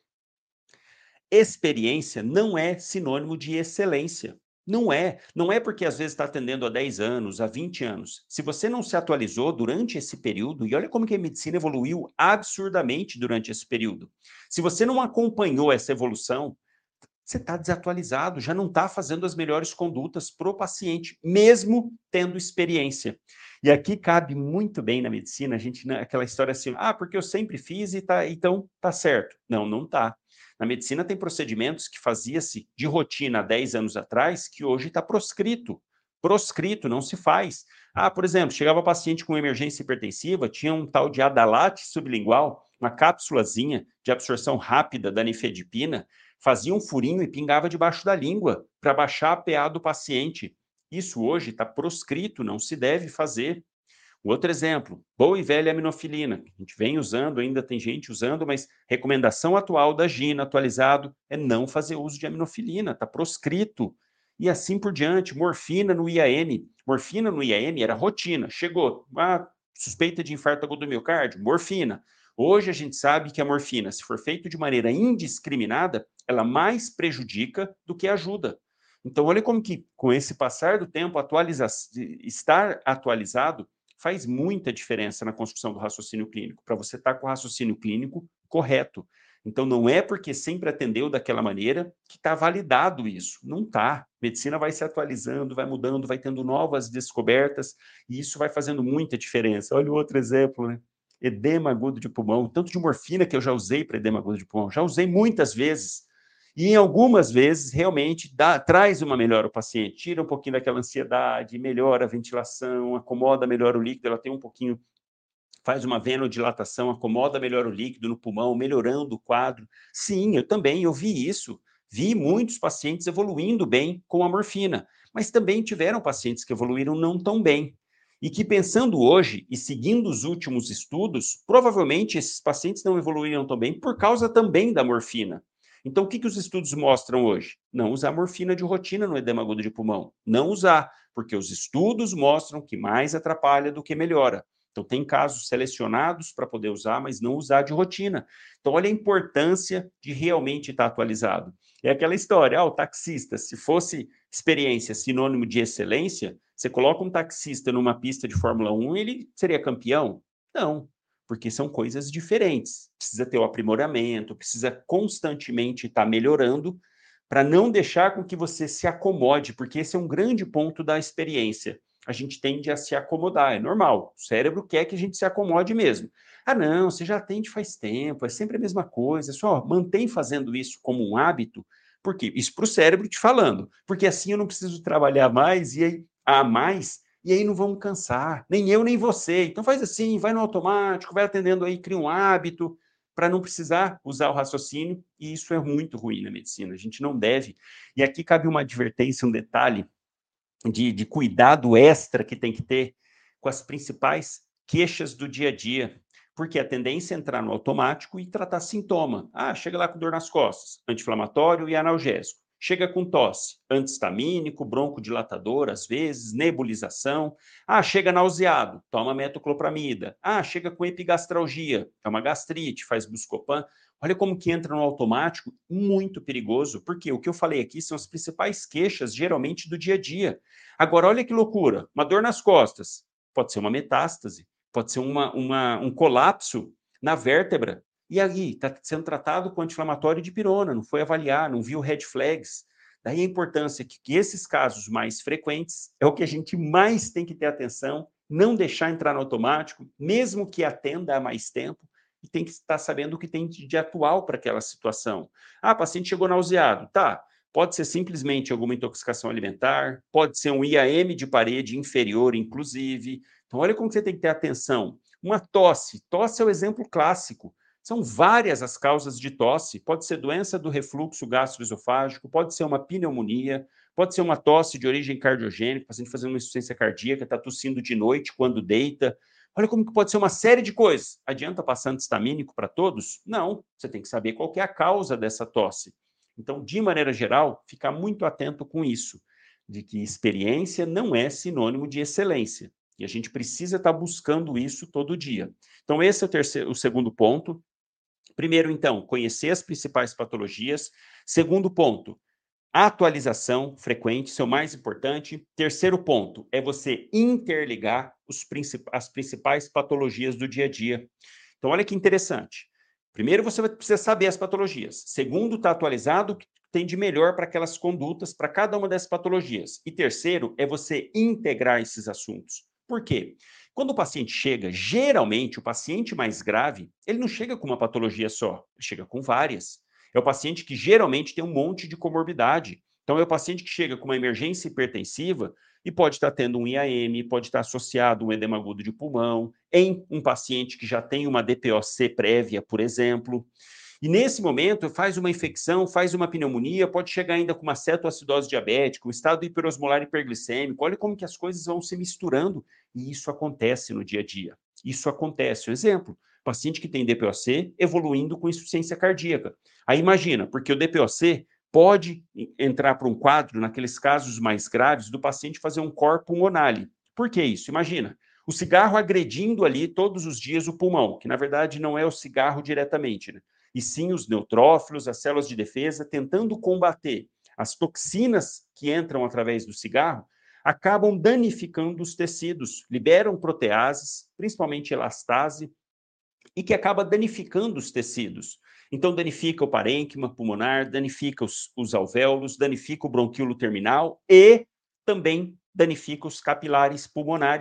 Experiência não é sinônimo de excelência. Não é. Não é porque às vezes está atendendo há dez anos, há vinte anos. Se você não se atualizou durante esse período, e olha como que a medicina evoluiu absurdamente durante esse período. Se você não acompanhou essa evolução, você está desatualizado, já não está fazendo as melhores condutas para o paciente, mesmo tendo experiência. E aqui cabe muito bem na medicina, a gente, né, aquela história assim, ah, porque eu sempre fiz e tá, então tá certo. Não, não tá. Na medicina tem procedimentos que fazia-se de rotina há dez anos atrás, que hoje está proscrito. Proscrito, não se faz. Ah, por exemplo, chegava paciente com emergência hipertensiva, tinha um tal de Adalate sublingual, uma cápsulazinha de absorção rápida da nifedipina, fazia um furinho e pingava debaixo da língua para baixar a P A do paciente. Isso hoje está proscrito, não se deve fazer. Outro exemplo, boa e velha aminofilina. A gente vem usando, ainda tem gente usando, mas recomendação atual da Gina, atualizado, é não fazer uso de aminofilina, está proscrito. E assim por diante, morfina no I A M. Morfina no I A M era rotina. Chegou, ah, suspeita de infarto agudo do miocárdio, morfina. Hoje a gente sabe que a morfina, se for feita de maneira indiscriminada, ela mais prejudica do que ajuda. Então, olha como que, com esse passar do tempo, atualiza estar atualizado faz muita diferença na construção do raciocínio clínico, para você estar com o raciocínio clínico correto. Então, não é porque sempre atendeu daquela maneira que está validado isso. Não está. Medicina vai se atualizando, vai mudando, vai tendo novas descobertas, e isso vai fazendo muita diferença. Olha o outro exemplo, né? edema agudo de pulmão, tanto de morfina que eu já usei para edema agudo de pulmão, já usei muitas vezes. E em algumas vezes, realmente, dá, traz uma melhora ao paciente, tira um pouquinho daquela ansiedade, melhora a ventilação, acomoda melhor o líquido, ela tem um pouquinho, faz uma venodilatação, acomoda melhor o líquido no pulmão, melhorando o quadro. Sim, eu também, eu vi isso. Vi muitos pacientes evoluindo bem com a morfina, mas também tiveram pacientes que evoluíram não tão bem. E que, pensando hoje e seguindo os últimos estudos, provavelmente esses pacientes não evoluíram tão bem por causa também da morfina. Então, o que, que os estudos mostram hoje? Não usar morfina de rotina no edema agudo de pulmão. Não usar, porque os estudos mostram que mais atrapalha do que melhora. Então, tem casos selecionados para poder usar, mas não usar de rotina. Então, olha a importância de realmente estar atualizado. É aquela história, ah, o taxista, se fosse experiência sinônimo de excelência, você coloca um taxista numa pista de Fórmula um, ele seria campeão? Não, porque são coisas diferentes. Precisa ter o aprimoramento, precisa constantemente estar melhorando para não deixar com que você se acomode, porque esse é um grande ponto da experiência. A gente tende a se acomodar, é normal. O cérebro quer que a gente se acomode mesmo. Ah, não, você já atende faz tempo, é sempre a mesma coisa, só mantém fazendo isso como um hábito. Por quê? Isso para o cérebro te falando, porque assim eu não preciso trabalhar mais e aí a mais, e aí não vamos cansar, nem eu nem você. Então faz assim, vai no automático, vai atendendo aí, cria um hábito para não precisar usar o raciocínio, e isso é muito ruim na medicina, a gente não deve. E aqui cabe uma advertência, um detalhe, de, de cuidado extra que tem que ter com as principais queixas do dia a dia, porque a tendência é entrar no automático e tratar sintoma. Ah, chega lá com dor nas costas, anti-inflamatório e analgésico. Chega com tosse, anti-histamínico, broncodilatador, às vezes, nebulização. Ah, chega nauseado, toma metoclopramida. Ah, chega com epigastralgia, é uma gastrite, faz Buscopan. Olha como que entra no automático, muito perigoso, porque o que eu falei aqui são as principais queixas, geralmente, do dia a dia. Agora, olha que loucura, uma dor nas costas, pode ser uma metástase, pode ser uma, uma, um colapso na vértebra, e aí está sendo tratado com anti-inflamatório de pirona, não foi avaliar, não viu red flags. Daí a importância que, que esses casos mais frequentes é o que a gente mais tem que ter atenção, não deixar entrar no automático, mesmo que atenda há mais tempo, e tem que estar sabendo o que tem de atual para aquela situação. Ah, o paciente chegou nauseado, tá, pode ser simplesmente alguma intoxicação alimentar, pode ser um I A M de parede inferior, inclusive. Então, olha como você tem que ter atenção. Uma tosse, tosse é o exemplo clássico. São várias as causas de tosse. Pode ser doença do refluxo gastroesofágico, pode ser uma pneumonia, pode ser uma tosse de origem cardiogênica, paciente fazendo uma insuficiência cardíaca, está tossindo de noite quando deita. Olha como que pode ser uma série de coisas. Adianta passar anti-histamínico para todos? Não. Você tem que saber qual que é a causa dessa tosse. Então, de maneira geral, ficar muito atento com isso, de que experiência não é sinônimo de excelência. E a gente precisa estar buscando isso todo dia. Então, esse é o, terceiro, o segundo ponto. Primeiro, então, conhecer as principais patologias. Segundo ponto, atualização frequente, isso é o mais importante. Terceiro ponto é você interligar os princip as principais patologias do dia a dia. Então, olha que interessante. Primeiro, você vai precisar saber as patologias. Segundo, está atualizado o que tem de melhor para aquelas condutas, para cada uma dessas patologias. E terceiro, é você integrar esses assuntos. Por quê? Quando o paciente chega, geralmente, o paciente mais grave, ele não chega com uma patologia só, ele chega com várias. É o paciente que geralmente tem um monte de comorbidade. Então, é o paciente que chega com uma emergência hipertensiva e pode estar tendo um I A M, pode estar associado a um edema agudo de pulmão, em um paciente que já tem uma D P O C prévia, por exemplo. E nesse momento faz uma infecção, faz uma pneumonia, pode chegar ainda com uma cetoacidose diabética, um estado hiperosmolar hiperglicêmico. Olha como que as coisas vão se misturando. E isso acontece no dia a dia. Isso acontece. Um exemplo, paciente que tem D P O C evoluindo com insuficiência cardíaca. Aí imagina, porque o D P O C pode entrar para um quadro, naqueles casos mais graves, do paciente fazer um cor pulmonale. Por que isso? Imagina, o cigarro agredindo ali todos os dias o pulmão, que na verdade não é o cigarro diretamente, né? E sim os neutrófilos, as células de defesa, tentando combater as toxinas que entram através do cigarro, acabam danificando os tecidos, liberam proteases, principalmente elastase, e que acaba danificando os tecidos. Então, danifica o parênquima pulmonar, danifica os, os alvéolos, danifica o bronquíolo terminal e também danifica os capilares pulmonares.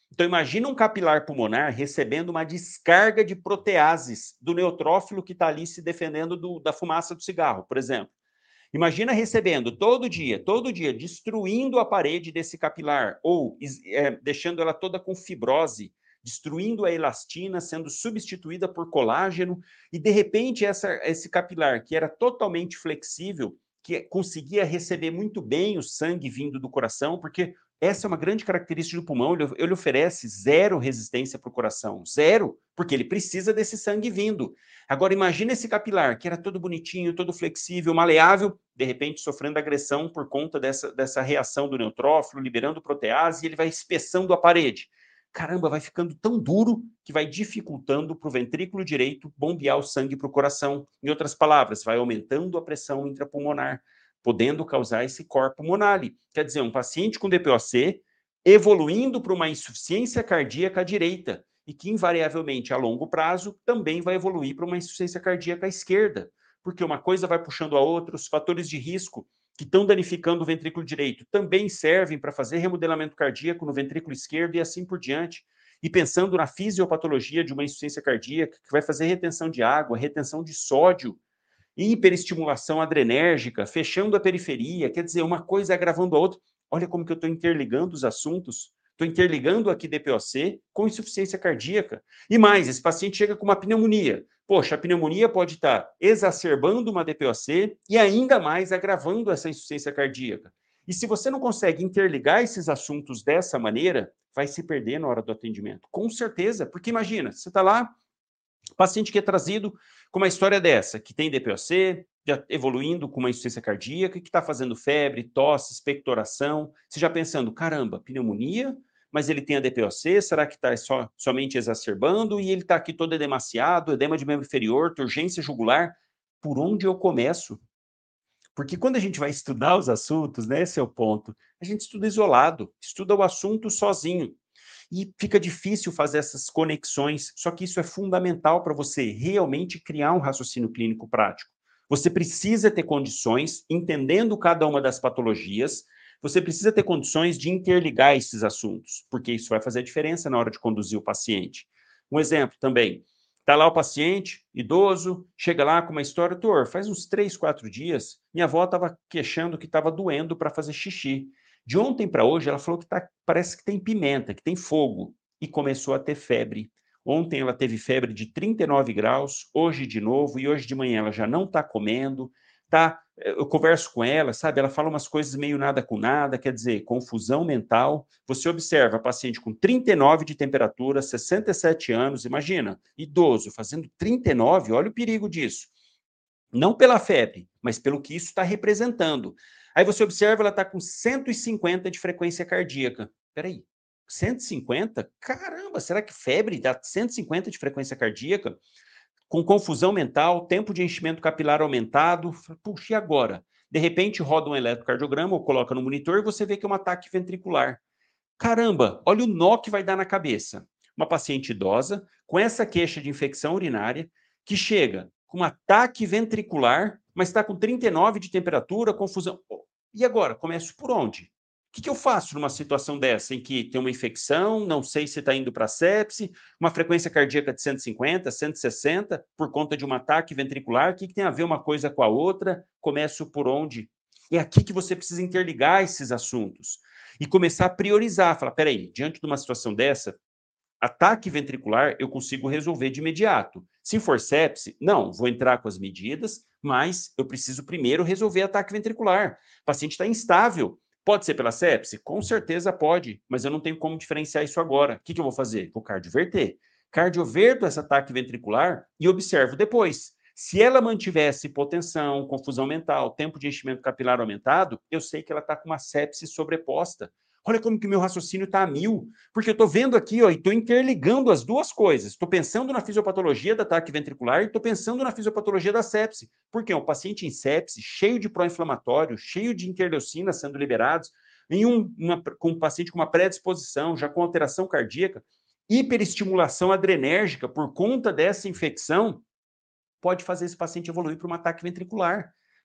Então, imagina um capilar pulmonar recebendo uma descarga de proteases do neutrófilo que está ali se defendendo do, da fumaça do cigarro, por exemplo. Imagina recebendo todo dia, todo dia, destruindo a parede desse capilar, ou é, deixando ela toda com fibrose, destruindo a elastina, sendo substituída por colágeno, e de repente essa, esse capilar, que era totalmente flexível, que conseguia receber muito bem o sangue vindo do coração, porque essa é uma grande característica do pulmão, ele, ele oferece zero resistência para o coração, zero, porque ele precisa desse sangue vindo. Agora, imagina esse capilar, que era todo bonitinho, todo flexível, maleável, de repente sofrendo agressão por conta dessa, dessa reação do neutrófilo, liberando protease, e ele vai espessando a parede. Caramba, vai ficando tão duro que vai dificultando para o ventrículo direito bombear o sangue para o coração. Em outras palavras, vai aumentando a pressão intrapulmonar, podendo causar esse corpo pulmonar. Quer dizer, um paciente com D P O C evoluindo para uma insuficiência cardíaca à direita, e que, invariavelmente, a longo prazo, também vai evoluir para uma insuficiência cardíaca à esquerda, porque uma coisa vai puxando a outra, os fatores de risco que estão danificando o ventrículo direito também servem para fazer remodelamento cardíaco no ventrículo esquerdo e assim por diante. E pensando na fisiopatologia de uma insuficiência cardíaca, que vai fazer retenção de água, retenção de sódio, hiperestimulação adrenérgica, fechando a periferia, quer dizer, uma coisa agravando a outra. Olha como que eu estou interligando os assuntos. Estou interligando aqui D P O C com insuficiência cardíaca. E mais, esse paciente chega com uma pneumonia. Poxa, a pneumonia pode estar exacerbando uma D P O C e ainda mais agravando essa insuficiência cardíaca. E se você não consegue interligar esses assuntos dessa maneira, vai se perder na hora do atendimento. Com certeza, porque imagina, você está lá, paciente que é trazido com uma história dessa, que tem D P O C, já evoluindo com uma insuficiência cardíaca, que está fazendo febre, tosse, expectoração, você já pensando, caramba, pneumonia, mas ele tem a D P O C, será que está so, somente exacerbando? E ele está aqui todo edemaciado, edema de membro inferior, turgência jugular. Por onde eu começo? Porque quando a gente vai estudar os assuntos, né, esse é o ponto, a gente estuda isolado, estuda o assunto sozinho. E fica difícil fazer essas conexões, só que isso é fundamental para você realmente criar um raciocínio clínico prático. Você precisa ter condições, entendendo cada uma das patologias, você precisa ter condições de interligar esses assuntos, porque isso vai fazer a diferença na hora de conduzir o paciente. Um exemplo também, está lá o paciente, idoso, chega lá com uma história, doutor, faz uns três, quatro dias, minha avó estava queixando que estava doendo para fazer xixi. De ontem para hoje, ela falou que tá, parece que tem pimenta, que tem fogo, e começou a ter febre. Ontem ela teve febre de trinta e nove graus, hoje de novo, e hoje de manhã ela já não está comendo, tá? Eu converso com ela, sabe? Ela fala umas coisas meio nada com nada, quer dizer, confusão mental. Você observa a paciente com trinta e nove de temperatura, sessenta e sete anos, imagina, idoso, fazendo trinta e nove, olha o perigo disso. Não pela febre, mas pelo que isso está representando. Aí você observa, ela está com cento e cinquenta de frequência cardíaca. Peraí, cento e cinquenta? Caramba, será que febre dá cento e cinquenta de frequência cardíaca? Com confusão mental, tempo de enchimento capilar aumentado. Puxa, e agora? De repente roda um eletrocardiograma ou coloca no monitor e você vê que é um ataque ventricular. Caramba, olha o nó que vai dar na cabeça. Uma paciente idosa com essa queixa de infecção urinária que chega com um ataque ventricular, mas está com trinta e nove de temperatura, confusão. E agora? Começo por onde? O que, que eu faço numa situação dessa, em que tem uma infecção, não sei se está indo para sepse, uma frequência cardíaca de cento e cinquenta, cento e sessenta, por conta de um ataque ventricular? O que, que tem a ver uma coisa com a outra? Começo por onde? É aqui que você precisa interligar esses assuntos e começar a priorizar. Falar, peraí, diante de uma situação dessa, ataque ventricular eu consigo resolver de imediato. Se for sepse, não, vou entrar com as medidas, mas eu preciso primeiro resolver ataque ventricular. O paciente está instável. Pode ser pela sepse? Com certeza pode, mas eu não tenho como diferenciar isso agora. O que, que eu vou fazer? Vou cardioverter. Cardioverto esse ataque ventricular e observo depois. Se ela mantivesse hipotensão, confusão mental, tempo de enchimento capilar aumentado, eu sei que ela está com uma sepse sobreposta. Olha como que meu raciocínio está a mil, porque eu estou vendo aqui, ó, e estou interligando as duas coisas. Estou pensando na fisiopatologia do ataque ventricular e estou pensando na fisiopatologia da sepse. Porque um paciente em sepse, cheio de pró-inflamatório, cheio de interleucinas sendo liberados, em um, uma, com um paciente com uma predisposição, já com alteração cardíaca, hiperestimulação adrenérgica por conta dessa infecção, pode fazer esse paciente evoluir para um ataque ventricular.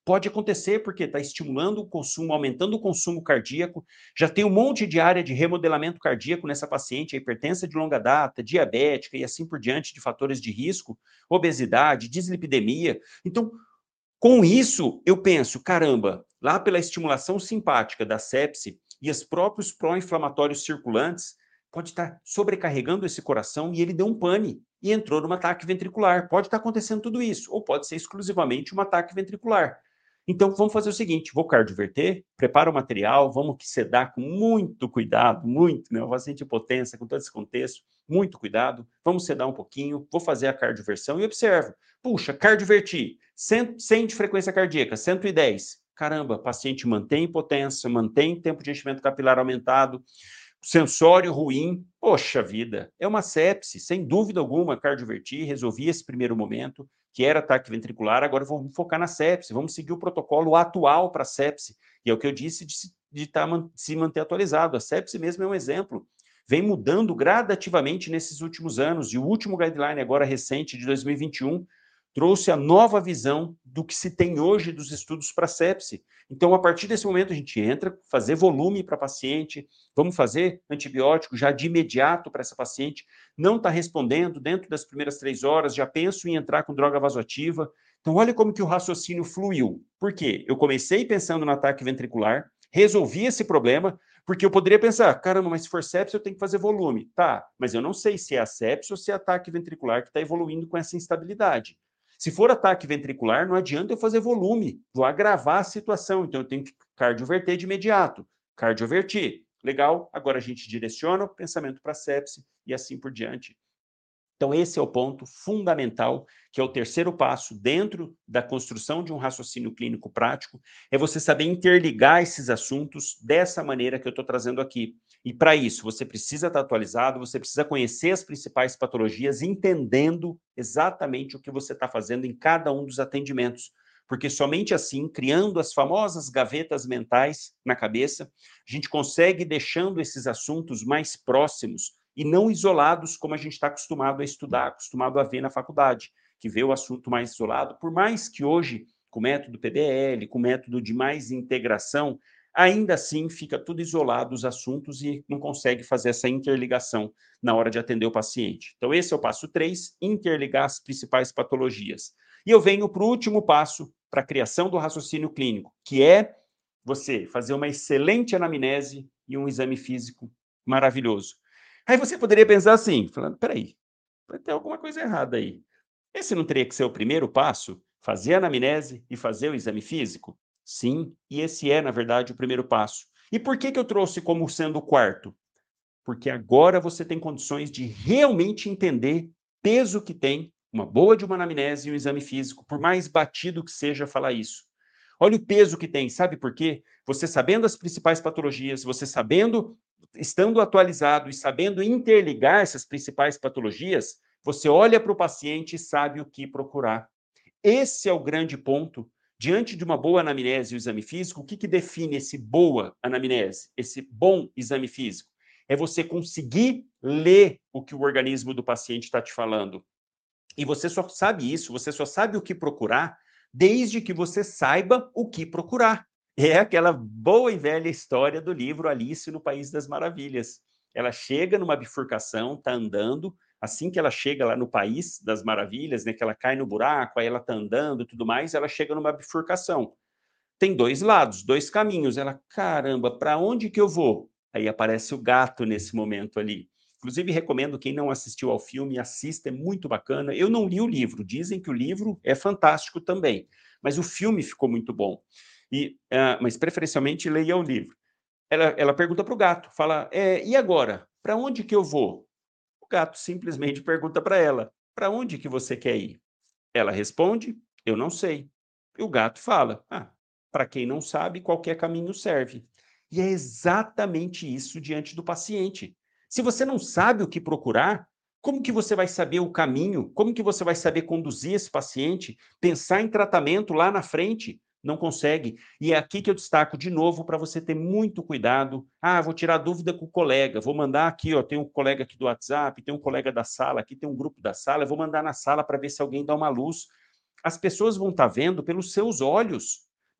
Pode acontecer porque está estimulando o consumo, aumentando o consumo cardíaco, já tem um monte de área de remodelamento cardíaco nessa paciente, a hipertensa de longa data, diabética e assim por diante, de fatores de risco, obesidade, dislipidemia. Então, com isso, eu penso, caramba, lá pela estimulação simpática da sepse e os próprios pró-inflamatórios circulantes, pode estar sobrecarregando esse coração e ele deu um pane e entrou num ataque ventricular. Pode estar acontecendo tudo isso, ou pode ser exclusivamente um ataque ventricular. Então, vamos fazer o seguinte, vou cardioverter, prepara o material, vamos que sedar com muito cuidado, muito, né? O paciente hipotensa, com todo esse contexto, muito cuidado, vamos sedar um pouquinho, vou fazer a cardioversão e observo. Puxa, cardioverti, cem, cem de frequência cardíaca, cento e dez. Caramba, paciente mantém potência, mantém tempo de enchimento capilar aumentado, sensório ruim. Poxa vida, é uma sepse, sem dúvida alguma, cardioverti, resolvi esse primeiro momento, que era ataque ventricular, agora vamos focar na sepse, vamos seguir o protocolo atual para a sepse, e é o que eu disse de, de tá, se manter atualizado. A sepse mesmo é um exemplo. Vem mudando gradativamente nesses últimos anos, e o último guideline agora recente, de dois mil e vinte e um, trouxe a nova visão do que se tem hoje dos estudos para sepse. Então, a partir desse momento, a gente entra, fazer volume para paciente, vamos fazer antibiótico já de imediato para essa paciente, não está respondendo dentro das primeiras três horas, já penso em entrar com droga vasoativa. Então, olha como que o raciocínio fluiu. Por quê? Eu comecei pensando no ataque ventricular, resolvi esse problema, porque eu poderia pensar, caramba, mas se for sepse, eu tenho que fazer volume. Tá, mas eu não sei se é a sepse ou se é ataque ventricular que está evoluindo com essa instabilidade. Se for ataque ventricular, não adianta eu fazer volume, vou agravar a situação, então eu tenho que cardioverter de imediato. Cardiovertir, legal, agora a gente direciona o pensamento para a sepse e assim por diante. Então, esse é o ponto fundamental, que é o terceiro passo dentro da construção de um raciocínio clínico prático, é você saber interligar esses assuntos dessa maneira que eu estou trazendo aqui. E para isso, você precisa estar atualizado, você precisa conhecer as principais patologias, entendendo exatamente o que você está fazendo em cada um dos atendimentos. Porque somente assim, criando as famosas gavetas mentais na cabeça, a gente consegue deixando esses assuntos mais próximos e não isolados como a gente está acostumado a estudar, acostumado a ver na faculdade, que vê o assunto mais isolado, por mais que hoje, com o método P B L, com o método de mais integração, ainda assim fica tudo isolado os assuntos e não consegue fazer essa interligação na hora de atender o paciente. Então, esse é o passo três, interligar as principais patologias. E eu venho para o último passo, para a criação do raciocínio clínico, que é você fazer uma excelente anamnese e um exame físico maravilhoso. Aí você poderia pensar assim, falando, peraí, vai ter alguma coisa errada aí. Esse não teria que ser o primeiro passo? Fazer a anamnese e fazer o exame físico? Sim, e esse é, na verdade, o primeiro passo. E por que que eu trouxe como sendo o quarto? Porque agora você tem condições de realmente entender o peso que tem uma boa de uma anamnese e um exame físico, por mais batido que seja falar isso. Olha o peso que tem, sabe por quê? Você sabendo as principais patologias, você sabendo, estando atualizado e sabendo interligar essas principais patologias, você olha para o paciente e sabe o que procurar. Esse é o grande ponto. Diante de uma boa anamnese e o exame físico, o que, que define esse boa anamnese, esse bom exame físico? É você conseguir ler o que o organismo do paciente está te falando. E você só sabe isso, você só sabe o que procurar, desde que você saiba o que procurar. É aquela boa e velha história do livro Alice no País das Maravilhas. Ela chega numa bifurcação, está andando, assim que ela chega lá no País das Maravilhas, né, que ela cai no buraco, aí ela está andando e tudo mais, ela chega numa bifurcação. Tem dois lados, dois caminhos. Ela, caramba, para onde que eu vou? Aí aparece o gato nesse momento ali. Inclusive, recomendo quem não assistiu ao filme, assista, é muito bacana. Eu não li o livro, dizem que o livro é fantástico também, mas o filme ficou muito bom. E, uh, mas, preferencialmente, leia o livro. Ela, ela pergunta para o gato, fala, é, e agora? Para onde que eu vou? O gato simplesmente pergunta para ela, para onde que você quer ir? Ela responde, eu não sei. E o gato fala, ah, para quem não sabe, qualquer caminho serve. E é exatamente isso diante do paciente. Se você não sabe o que procurar, como que você vai saber o caminho? Como que você vai saber conduzir esse paciente? Pensar em tratamento lá na frente? Não consegue. E é aqui que eu destaco de novo para você ter muito cuidado. Ah, vou tirar dúvida com o colega, vou mandar aqui, ó, tem um colega aqui do WhatsApp, tem um colega da sala, aqui tem um grupo da sala, eu vou mandar na sala para ver se alguém dá uma luz. As pessoas vão estar vendo pelos seus olhos.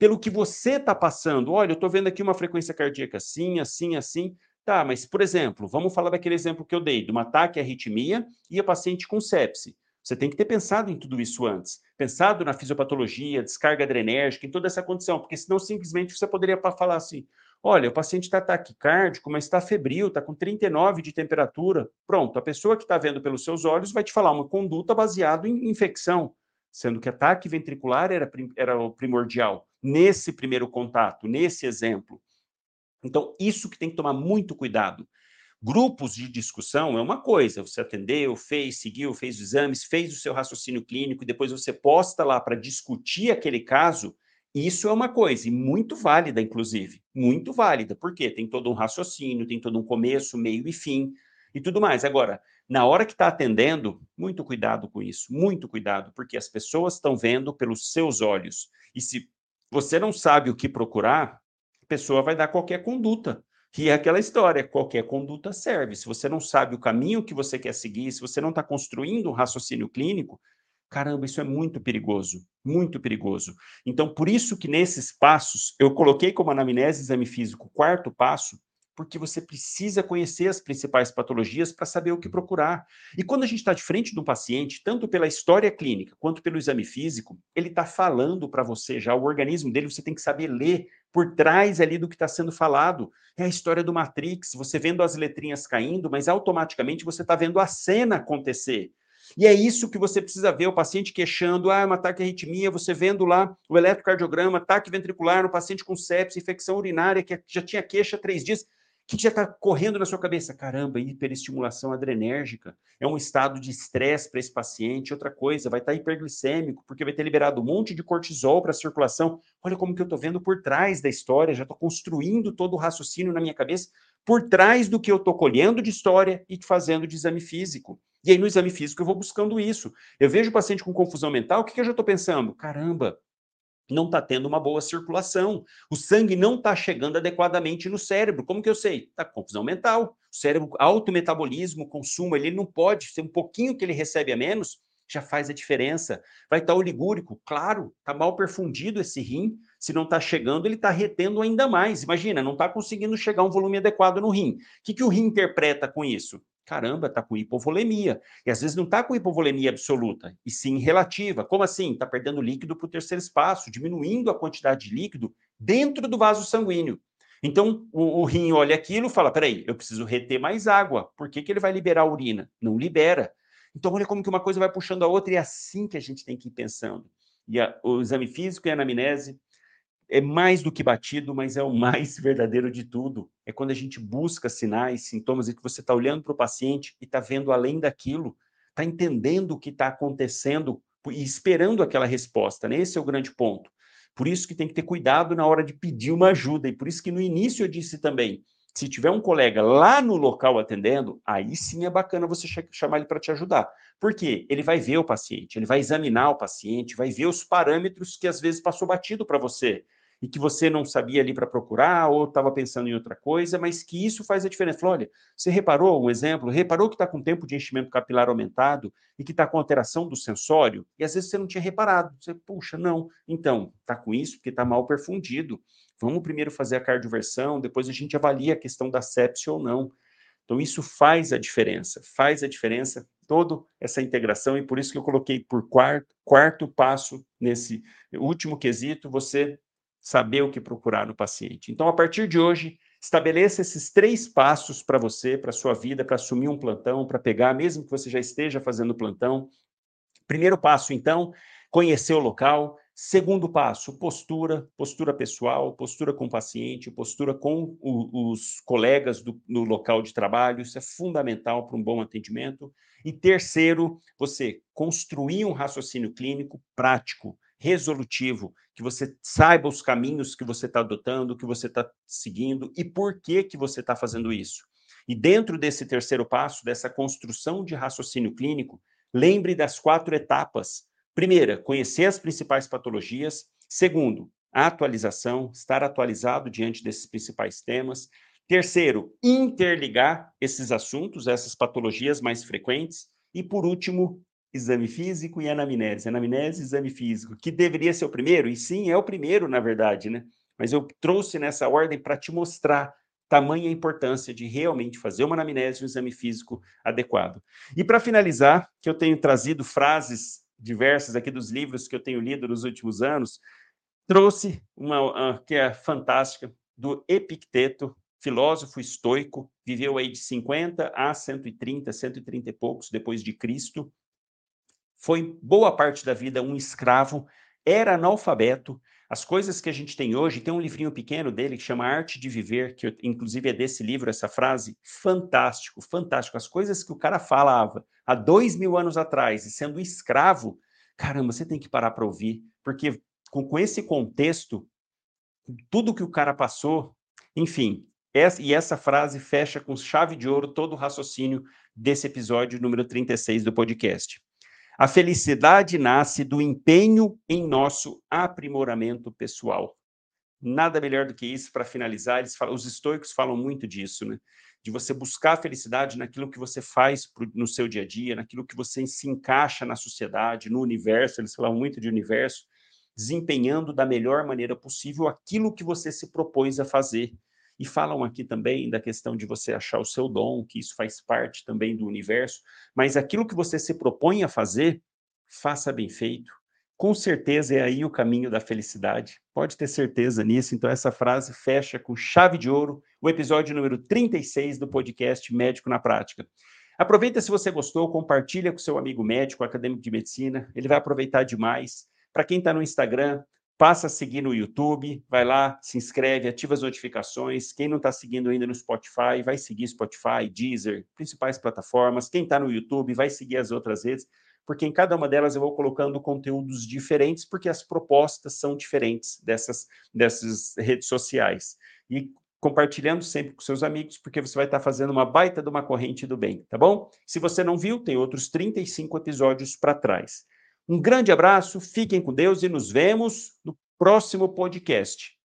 pelo que você está passando. Olha, eu estou vendo aqui uma frequência cardíaca assim, assim, assim. Tá, mas, por exemplo, vamos falar daquele exemplo que eu dei, de um ataque à arritmia e a paciente com sepse. Você tem que ter pensado em tudo isso antes. Pensado na fisiopatologia, descarga adrenérgica, em toda essa condição, porque senão simplesmente você poderia falar assim, olha, o paciente está taquicárdico, mas está febril, está com trinta e nove de temperatura. Pronto, a pessoa que está vendo pelos seus olhos vai te falar uma conduta baseada em infecção, sendo que ataque ventricular era, era o primordial, nesse primeiro contato, nesse exemplo. Então, isso que tem que tomar muito cuidado. Grupos de discussão é uma coisa, você atendeu, fez, seguiu, fez os exames, fez o seu raciocínio clínico e depois você posta lá para discutir aquele caso, isso é uma coisa, e muito válida, inclusive, muito válida, porque tem todo um raciocínio, tem todo um começo, meio e fim, e tudo mais. Agora, na hora que está atendendo, muito cuidado com isso, muito cuidado, porque as pessoas estão vendo pelos seus olhos, e se você não sabe o que procurar, a pessoa vai dar qualquer conduta. E é aquela história, qualquer conduta serve. Se você não sabe o caminho que você quer seguir, se você não está construindo um raciocínio clínico, caramba, isso é muito perigoso, muito perigoso. Então, por isso que nesses passos, eu coloquei como anamnese exame físico o quarto passo, porque você precisa conhecer as principais patologias para saber o que procurar. E quando a gente está de frente de um paciente, tanto pela história clínica quanto pelo exame físico, ele está falando para você já, o organismo dele, você tem que saber ler por trás ali do que está sendo falado. É a história do Matrix, você vendo as letrinhas caindo, mas automaticamente você está vendo a cena acontecer. E é isso que você precisa ver, o paciente queixando, ah, é um ataque à arritmia, você vendo lá o eletrocardiograma, ataque ventricular, um paciente com sepse, infecção urinária, que já tinha queixa há três dias. O que já está correndo na sua cabeça? Caramba, hiperestimulação adrenérgica. É um estado de estresse para esse paciente. Outra coisa, vai estar hiperglicêmico, porque vai ter liberado um monte de cortisol para a circulação. Olha como que eu estou vendo por trás da história, já estou construindo todo o raciocínio na minha cabeça por trás do que eu estou colhendo de história e fazendo de exame físico. E aí, no exame físico, eu vou buscando isso. Eu vejo o paciente com confusão mental, o que, que eu já estou pensando? Caramba, não está tendo uma boa circulação. O sangue não está chegando adequadamente no cérebro. Como que eu sei? Está com confusão mental. O cérebro, alto metabolismo, consumo, ele não pode ser um pouquinho que ele recebe a menos, já faz a diferença. Vai estar oligúrico, claro, está mal perfundido esse rim. Se não está chegando, ele está retendo ainda mais. Imagina, não está conseguindo chegar um volume adequado no rim. O que, que o rim interpreta com isso? Caramba, está com hipovolemia. E às vezes não está com hipovolemia absoluta, e sim relativa. Como assim? Está perdendo líquido para o terceiro espaço, diminuindo a quantidade de líquido dentro do vaso sanguíneo. Então, o, o rim olha aquilo e fala, peraí, eu preciso reter mais água. Por que, que ele vai liberar a urina? Não libera. Então, olha como que uma coisa vai puxando a outra, e é assim que a gente tem que ir pensando. E a, o exame físico e a anamnese é mais do que batido, mas é o mais verdadeiro de tudo. É quando a gente busca sinais, sintomas, e que você está olhando para o paciente e está vendo além daquilo, está entendendo o que está acontecendo e esperando aquela resposta, né? Esse é o grande ponto. Por isso que tem que ter cuidado na hora de pedir uma ajuda, e por isso que no início eu disse também, se tiver um colega lá no local atendendo, aí sim é bacana você chamar ele para te ajudar. Por quê? Ele vai ver o paciente, ele vai examinar o paciente, vai ver os parâmetros que às vezes passou batido para você, e que você não sabia ali para procurar, ou estava pensando em outra coisa, mas que isso faz a diferença. Falou, olha, você reparou, um exemplo, reparou que está com tempo de enchimento capilar aumentado e que está com alteração do sensório, e às vezes você não tinha reparado. Você, puxa, não. Então, está com isso porque está mal perfundido. Vamos primeiro fazer a cardioversão, depois a gente avalia a questão da sepse ou não. Então, isso faz a diferença, faz a diferença, toda essa integração, e por isso que eu coloquei por quarto, quarto passo nesse último quesito, você saber o que procurar no paciente. Então, a partir de hoje, estabeleça esses três passos para você, para a sua vida, para assumir um plantão, para pegar, mesmo que você já esteja fazendo plantão. Primeiro passo, então, conhecer o local. Segundo passo, postura, postura pessoal, postura com o paciente, postura com o, os colegas do, no local de trabalho. Isso é fundamental para um bom atendimento. E terceiro, você construir um raciocínio clínico prático, resolutivo, que você saiba os caminhos que você está adotando, que você está seguindo e por que, que você está fazendo isso. E dentro desse terceiro passo, dessa construção de raciocínio clínico, lembre das quatro etapas. Primeira, conhecer as principais patologias. Segundo, a atualização, estar atualizado diante desses principais temas. Terceiro, interligar esses assuntos, essas patologias mais frequentes. E, por último, exame físico e anamnese. Anamnese, exame físico, que deveria ser o primeiro, e sim, é o primeiro, na verdade, né? Mas eu trouxe nessa ordem para te mostrar tamanha importância de realmente fazer uma anamnese e um exame físico adequado. E para finalizar, que eu tenho trazido frases diversas aqui dos livros que eu tenho lido nos últimos anos, trouxe uma uh, que é fantástica, do Epicteto, filósofo estoico, viveu aí de cinquenta a cento e trinta, cento e trinta e poucos depois de Cristo, foi boa parte da vida um escravo, era analfabeto. As coisas que a gente tem hoje, tem um livrinho pequeno dele que chama Arte de Viver, que eu, inclusive é desse livro essa frase, fantástico, fantástico. As coisas que o cara falava há dois mil anos atrás, e sendo escravo, caramba, você tem que parar para ouvir, porque com, com esse contexto, tudo que o cara passou, enfim, essa, e essa frase fecha com chave de ouro todo o raciocínio desse episódio número trinta e seis do podcast. A felicidade nasce do empenho em nosso aprimoramento pessoal. Nada melhor do que isso para finalizar. Eles falam, os estoicos falam muito disso, né? De você buscar a felicidade naquilo que você faz pro, no seu dia a dia, naquilo que você se encaixa na sociedade, no universo. Eles falam muito de universo, desempenhando da melhor maneira possível aquilo que você se propôs a fazer. E falam aqui também da questão de você achar o seu dom, que isso faz parte também do universo, mas aquilo que você se propõe a fazer, faça bem feito. Com certeza é aí o caminho da felicidade. Pode ter certeza nisso. Então essa frase fecha com chave de ouro o episódio número trinta e seis do podcast Médico na Prática. Aproveita, se você gostou, compartilha com seu amigo médico, acadêmico de medicina, ele vai aproveitar demais. Para quem está no Instagram, passa a seguir no YouTube, vai lá, se inscreve, ativa as notificações. Quem não está seguindo ainda no Spotify, vai seguir Spotify, Deezer, principais plataformas. Quem está no YouTube, vai seguir as outras redes, porque em cada uma delas eu vou colocando conteúdos diferentes, porque as propostas são diferentes dessas, dessas redes sociais. E compartilhando sempre com seus amigos, porque você vai estar fazendo uma baita de uma corrente do bem, tá bom? Se você não viu, tem outros trinta e cinco episódios para trás. Um grande abraço, fiquem com Deus e nos vemos no próximo podcast.